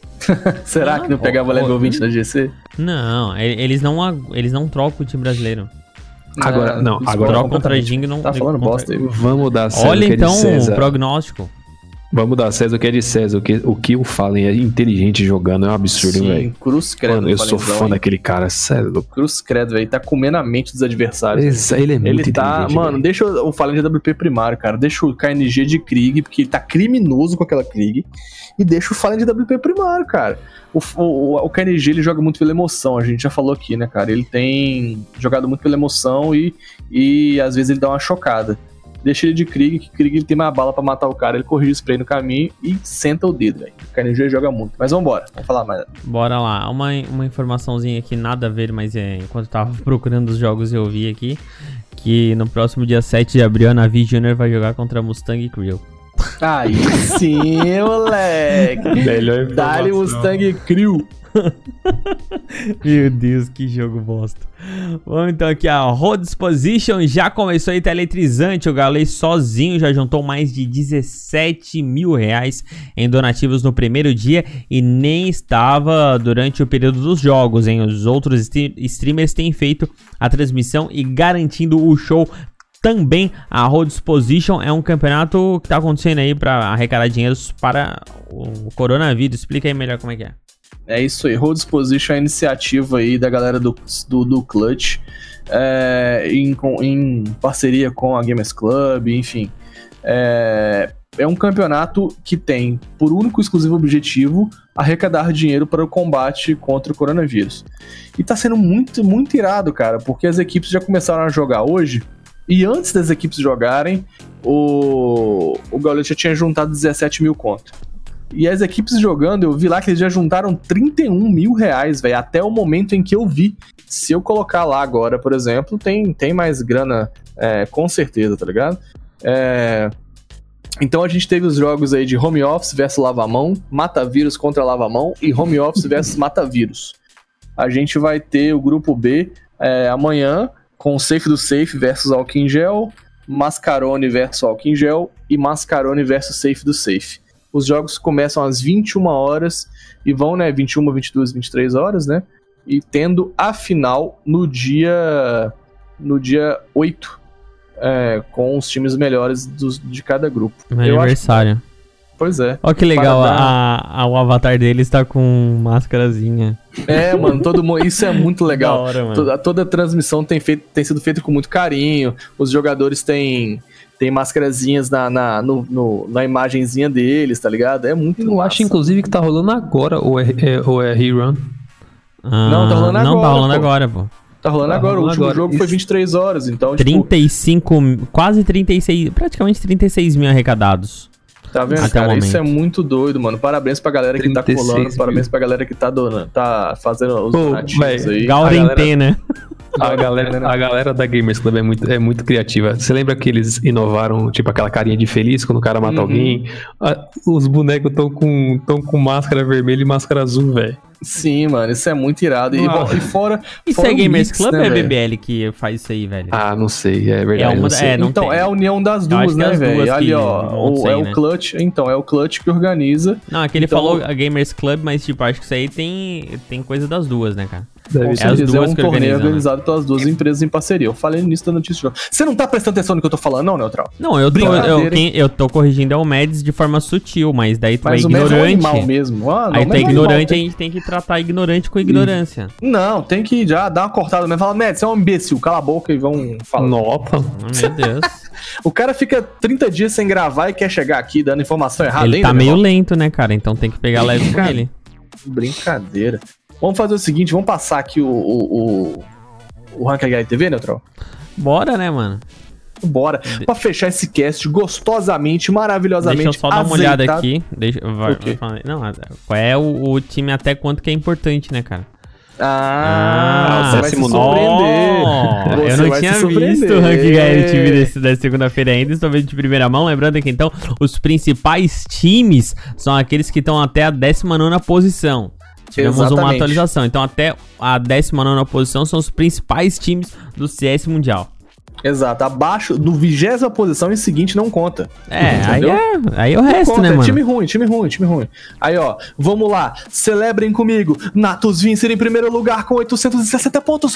Será Ah, que não pegava ó, level ó, vinte na G C? Não, e- eles não, ag- eles não trocam o time brasileiro. Agora- não, isso agora- é Trocam contra completamente- Jing não. Tá falando contra- bosta aí. Vamos dar César Olha o que é de então César. o prognóstico. Vamos dar César o que é de César. O que o, que o Fallen é inteligente jogando é um absurdo, Sim, velho. cruz credo. Mano, eu sou Falenzão, fã hein? daquele cara, sério. Cruz credo, velho. Tá comendo a mente dos adversários. Ele, ele é muito Ele tá, inteligente, mano, velho. deixa o Fallen de A W P primário, cara. Deixa o K N G de Krieg, porque ele tá criminoso com aquela Krieg. E deixa o Fallen de A W P primário, cara. O, o, o K N G ele joga muito pela emoção, a gente já falou aqui, né, cara? Ele tem jogado muito pela emoção e, e às vezes ele dá uma chocada. Deixa ele de Krieg, que Krieg ele tem mais bala pra matar o cara, ele corrige o spray no caminho e senta o dedo, velho. O K N G joga muito. Mas vambora, vamos falar mais. Bora lá, uma, uma informaçãozinha aqui, nada a ver, mas é, enquanto eu tava procurando os jogos eu vi aqui que no próximo dia sete de abril a Navi Junior vai jogar contra a Mustang Crew. Aí sim, moleque. Melhor Dá-lhe informação. Mustang Crew. Meu Deus, que jogo bosta. Vamos então aqui, a Rhodes Position já começou aí, tá eletrizante. O Galei sozinho já juntou mais de dezessete mil reais em donativos no primeiro dia e nem estava durante o período dos jogos, hein? Os outros stre- streamers têm feito a transmissão e garantindo o show também. A Rhodes Position é um campeonato que tá acontecendo aí pra arrecadar dinheiros para o coronavírus. Explica aí melhor como é que é. É isso aí, Rhodes Position é a iniciativa aí da galera do, do, do Clutch, é, em, com- em parceria com a Gamers Club, enfim. É, é um campeonato que tem, por único e exclusivo objetivo, arrecadar dinheiro para o combate contra o coronavírus. E tá sendo muito, muito irado, cara, porque as equipes já começaram a jogar hoje, e antes das equipes jogarem, o, o Gaulet já tinha juntado dezessete mil conto. E as equipes jogando, eu vi lá que eles já juntaram trinta e um mil reais, velho, até o momento em que eu vi. Se eu colocar lá agora, por exemplo, tem, tem mais grana, é, com certeza, tá ligado? É... Então a gente teve os jogos aí de Home Office versus Lavamão, Mata-Vírus contra Lavamão e Home Office versus Mata-Vírus. A gente vai ter o grupo B é, amanhã, com o Safe do Safe versus Álcool em Gel, Mascarone versus Álcool em Gel e Mascarone versus Safe do Safe. Os jogos começam às vinte e uma horas e vão, né, vinte e uma, vinte e duas, vinte e três horas, né? E tendo a final no dia no dia oito, é, com os times melhores dos, de cada grupo. Meu Eu acho- aniversário. Pois é. Olha que legal, Para dar- a, a- o avatar dele está com máscarazinha. É, mano, todo mundo, isso é muito legal. Da hora, mano. Toda, toda a transmissão tem, feito, tem sido feita com muito carinho. Os jogadores têm, têm máscarazinhas na, na, no, no- na imagenzinha deles, tá ligado? É muito Eu massa. acho, inclusive, que tá rolando agora o R- é, o rerun. Ah, Não, tá rolando Não, tá agora, rolando pô. agora, pô. Tá rolando Tá agora. rolando O último agora. jogo foi Isso. vinte e três horas, então, tipo, trinta e cinco, quase trinta e seis, praticamente trinta e seis mil arrecadados. tá vendo, até o cara? Isso é momento. muito doido, mano. Parabéns pra galera que tá trinta e seis colando, mil. parabéns pra galera que tá donando, tá fazendo os Pô, donativos véi, aí. Gaurentena. A galera, a galera da Gamers Club é muito, é muito criativa. Você lembra que eles inovaram, tipo, aquela carinha de feliz quando o cara mata Uhum. alguém? Ah, os bonecos estão com, tão com máscara vermelha e máscara azul, velho. Sim, mano, isso é muito irado. E, bom, e fora. Isso fora é o Gamers mix, Club né, ou é velho? B B L que faz isso aí, velho? Ah, não sei, é verdade. É uma não da- sei. é, não Então, tem. é a união das Eu duas, acho que é né, as duas velho? que Ali, ó. montam O, isso é aí, o né? Clutch. Então, é o Clutch que organiza. Não, aqui ele Então- falou a Gamers Club, mas tipo, acho que isso aí tem, tem coisa das duas, né, cara? Deve Com É ser. as certeza, é duas um que torneio organizam, né? organizado pelas duas empresas em parceria. Eu falei nisso da notícia de jogo. Você não tá prestando atenção no que eu tô falando, não, Neutral? Não, eu tô, Brincadeira, eu, hein? quem, eu tô corrigindo é o Mads de forma sutil, mas daí tu Mas é o Mads é um ignorante. animal mesmo. Ah, não, aí o tu é Mads um ignorante, a animal. gente tem que tratar ignorante com ignorância. Não, tem que já dar uma cortada mesmo. Fala, Mads, você é um imbecil, cala a boca e vão falar. Nossa. Oh, meu Deus. O cara fica trinta dias sem gravar e quer chegar aqui dando informação errada Ele ainda, tá meu meio irmão? lento, né, cara? Então tem que pegar leve com Cara, ele. Brincadeira. Vamos fazer o seguinte, vamos passar aqui o, o, o, o Rank H T V, Neutral? Bora, né, mano? Bora. Pra fechar esse cast gostosamente, maravilhosamente Deixa eu só dar uma olhada azeitado. aqui. Deixa, vai, O quê? vai falar- não, qual é o, o time até quanto que é importante, né, cara? Ah, você vai se décimo surpreender. Oh, eu Você não vai tinha se surpreender. visto o ranking H L T V desse, da segunda-feira ainda, estou vendo de primeira mão. Lembrando que então os principais times são aqueles que estão até a décima nona posição. Tivemos uma Exatamente. atualização, então até a décima nona posição são os principais times do C S Mundial. Exato, abaixo do vigésima posição em seguinte não conta. É, aí Entendeu? é, aí é o resto, Conta, né, é mano? time ruim, time ruim, time ruim. Aí, ó, vamos lá. Celebrem comigo. Natus Vincer em primeiro lugar com oitocentos e sessenta pontos.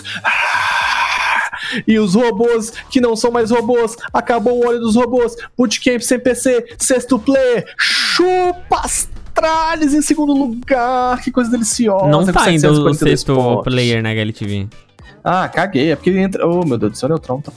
Ah! E os robôs, que não são mais robôs. Acabou o óleo dos robôs. Bootcamp sem P C. Sexto player. Chupa Astralis em segundo lugar. Que coisa deliciosa. Não com tá ainda setecentos e o quarenta e dois sexto pontos. player na H L T V. Ah, caguei. É porque ele entra... Oh, meu Deus do céu, o Neutron tá...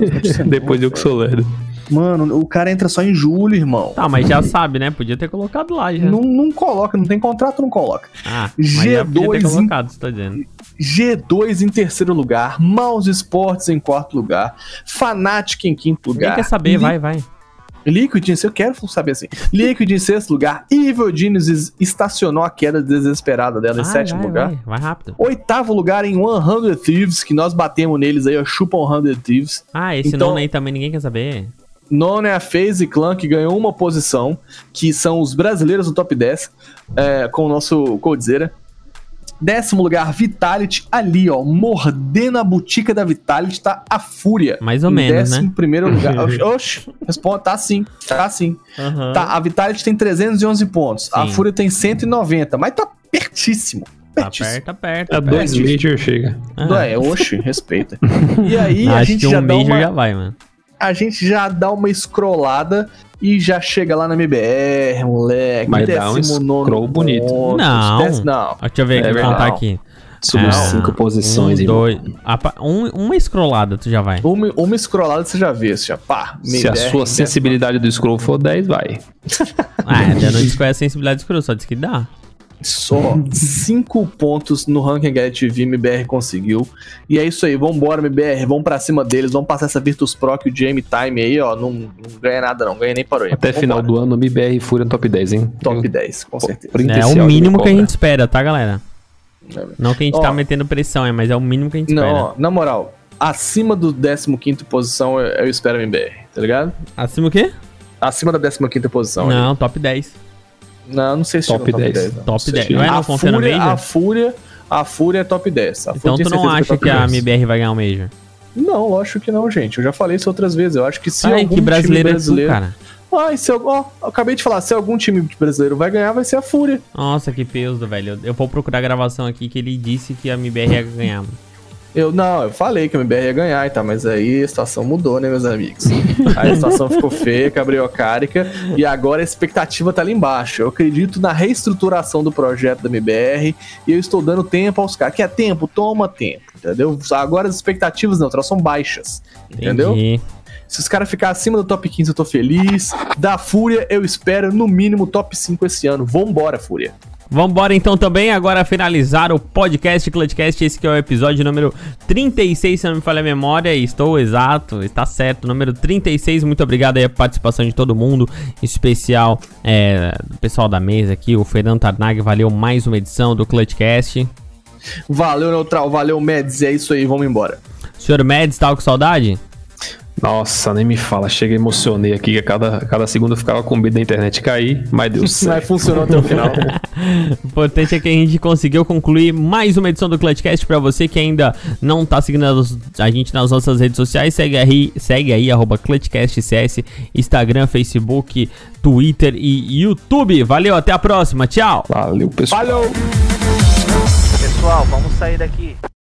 Depois eu que sou lerdo. Mano, o cara entra só em julho, irmão. Tá, mas já sabe, né? Podia ter colocado lá já. Não, não coloca, não tem contrato, não coloca. Ah, mas já podia ter G dois em- colocado, você tá dizendo. G dois em terceiro lugar, Mouse Sports em quarto lugar, Fnatic em quinto Ninguém lugar. quer saber, Li- vai, vai. Liquid em eu quero saber assim. Liquid em sexto lugar, Evil Genius estacionou a queda desesperada dela em Vai, sétimo vai, lugar. Vai, vai rápido. Oitavo lugar em cem Thieves, que nós batemos neles aí, ó, chupa cem Thieves. Ah, esse Então- nono aí também ninguém quer saber. Nono é a FaZe Clan, que ganhou uma posição, que são os brasileiros do top dez, é, com o nosso Coldzera. Décimo lugar, Vitality, ali, ó, mordendo a botica da Vitality, tá a Fúria. Mais ou Em menos, décimo né? primeiro lugar. Oxi, oxi, responde, tá sim, tá sim. Aham. Tá, a Vitality tem trezentos e onze pontos, a Sim. Fúria tem cento e noventa, mas tá pertíssimo. Tá Pertíssimo. perto, tá perto. A tá dois perto. Major chega. Ah, É, oxi, respeita. E aí a acho gente que um já dá Major uma... já vai, mano. a gente já dá uma scrollada e já chega lá na M B R, moleque. Mas dá um décimo nono scroll bonito. pontos, Não. décimo- não. Ó, deixa eu ver É aqui, verdade. contar aqui. Subiu Ah, cinco posições, um, irmão. dois, apa- um, uma escrolada tu já vai. Uma, uma scrollada você já vê, assim, ó, pá. Se a M B R, sua décimo- sensibilidade do scroll for dez, vai. Ah, ainda não disse qual é a sensibilidade escura, só disse que dá. Só cinco pontos no ranking H L T V, M B R conseguiu. E é isso aí, vambora, M B R, vamos pra cima deles, vamos passar essa Virtus Pro que o Jamie Time aí, ó, não, não ganha nada não, ganha nem para o Até final do ano, M B R e Fúria no top dez, hein? Top dez, com certeza. Print É esse o áudio, mínimo me que a cobra. gente espera, tá, galera? Não que a gente Ó. tá metendo pressão, é, mas é o mínimo que a gente Não, espera. ó, na moral, acima do décimo quinto posição eu, eu espero a M B R, tá ligado? Acima o quê? Acima da décima quinta posição. Não, top dez. Não, não sei se Top chega no dez. não. Top Não dez. sei. Não é a no Confia no Fúria, Major? a Fúria, a Fúria é top dez. A Então Fúria tu tem não certeza acha é top que a dez. M B R vai ganhar o Major? Não, lógico que não, gente. Eu já falei isso outras vezes. Eu acho que se Ai, algum que brasileiro time é tu, brasileiro... cara. Ah, e se eu... ó, eu acabei de falar, se algum time brasileiro vai ganhar, vai ser a Fúria. Nossa, que peso, velho. Eu- Eu vou procurar a gravação aqui que ele disse que a M B R ia ganhar, mano. Eu, não, eu falei que a M B R ia ganhar e tá, mas aí a situação mudou, né, meus amigos? Aí a situação ficou feia, cabriocárica, e agora a expectativa tá lá embaixo. Eu acredito na reestruturação do projeto da M B R e eu estou dando tempo aos caras. Quer tempo? Toma tempo, entendeu? Agora as expectativas não, são baixas, entendeu? Entendi. Se os caras ficarem acima do top quinze, eu tô feliz. Da Fúria, eu espero no mínimo top cinco esse ano. Vambora, Fúria. Vambora então também agora finalizar o podcast Clutchcast, esse que é o episódio número trinta e seis, se não me falha a memória, e estou exato, está certo, número trinta e seis, muito obrigado aí a participação de todo mundo, em especial é, do pessoal da mesa aqui, o Fernando Tarnag, valeu mais uma edição do Clutchcast. Valeu, Neutral. Valeu, Meds. É isso aí, vamos embora. Senhor Mads, tá com saudade? Nossa, nem me fala. Chega, emocionei aqui. A cada, cada segundo eu ficava com medo da internet cair, mas deu certo. Mas funcionou até o final. O importante é que a gente conseguiu concluir mais uma edição do Clutchcast. Pra você que ainda não tá seguindo a gente nas nossas redes sociais, segue aí, segue aí, arroba ClutchCastCS, Instagram, Facebook, Twitter e YouTube. Valeu, até a próxima. Tchau. Valeu, pessoal. Falou! Pessoal, vamos sair daqui.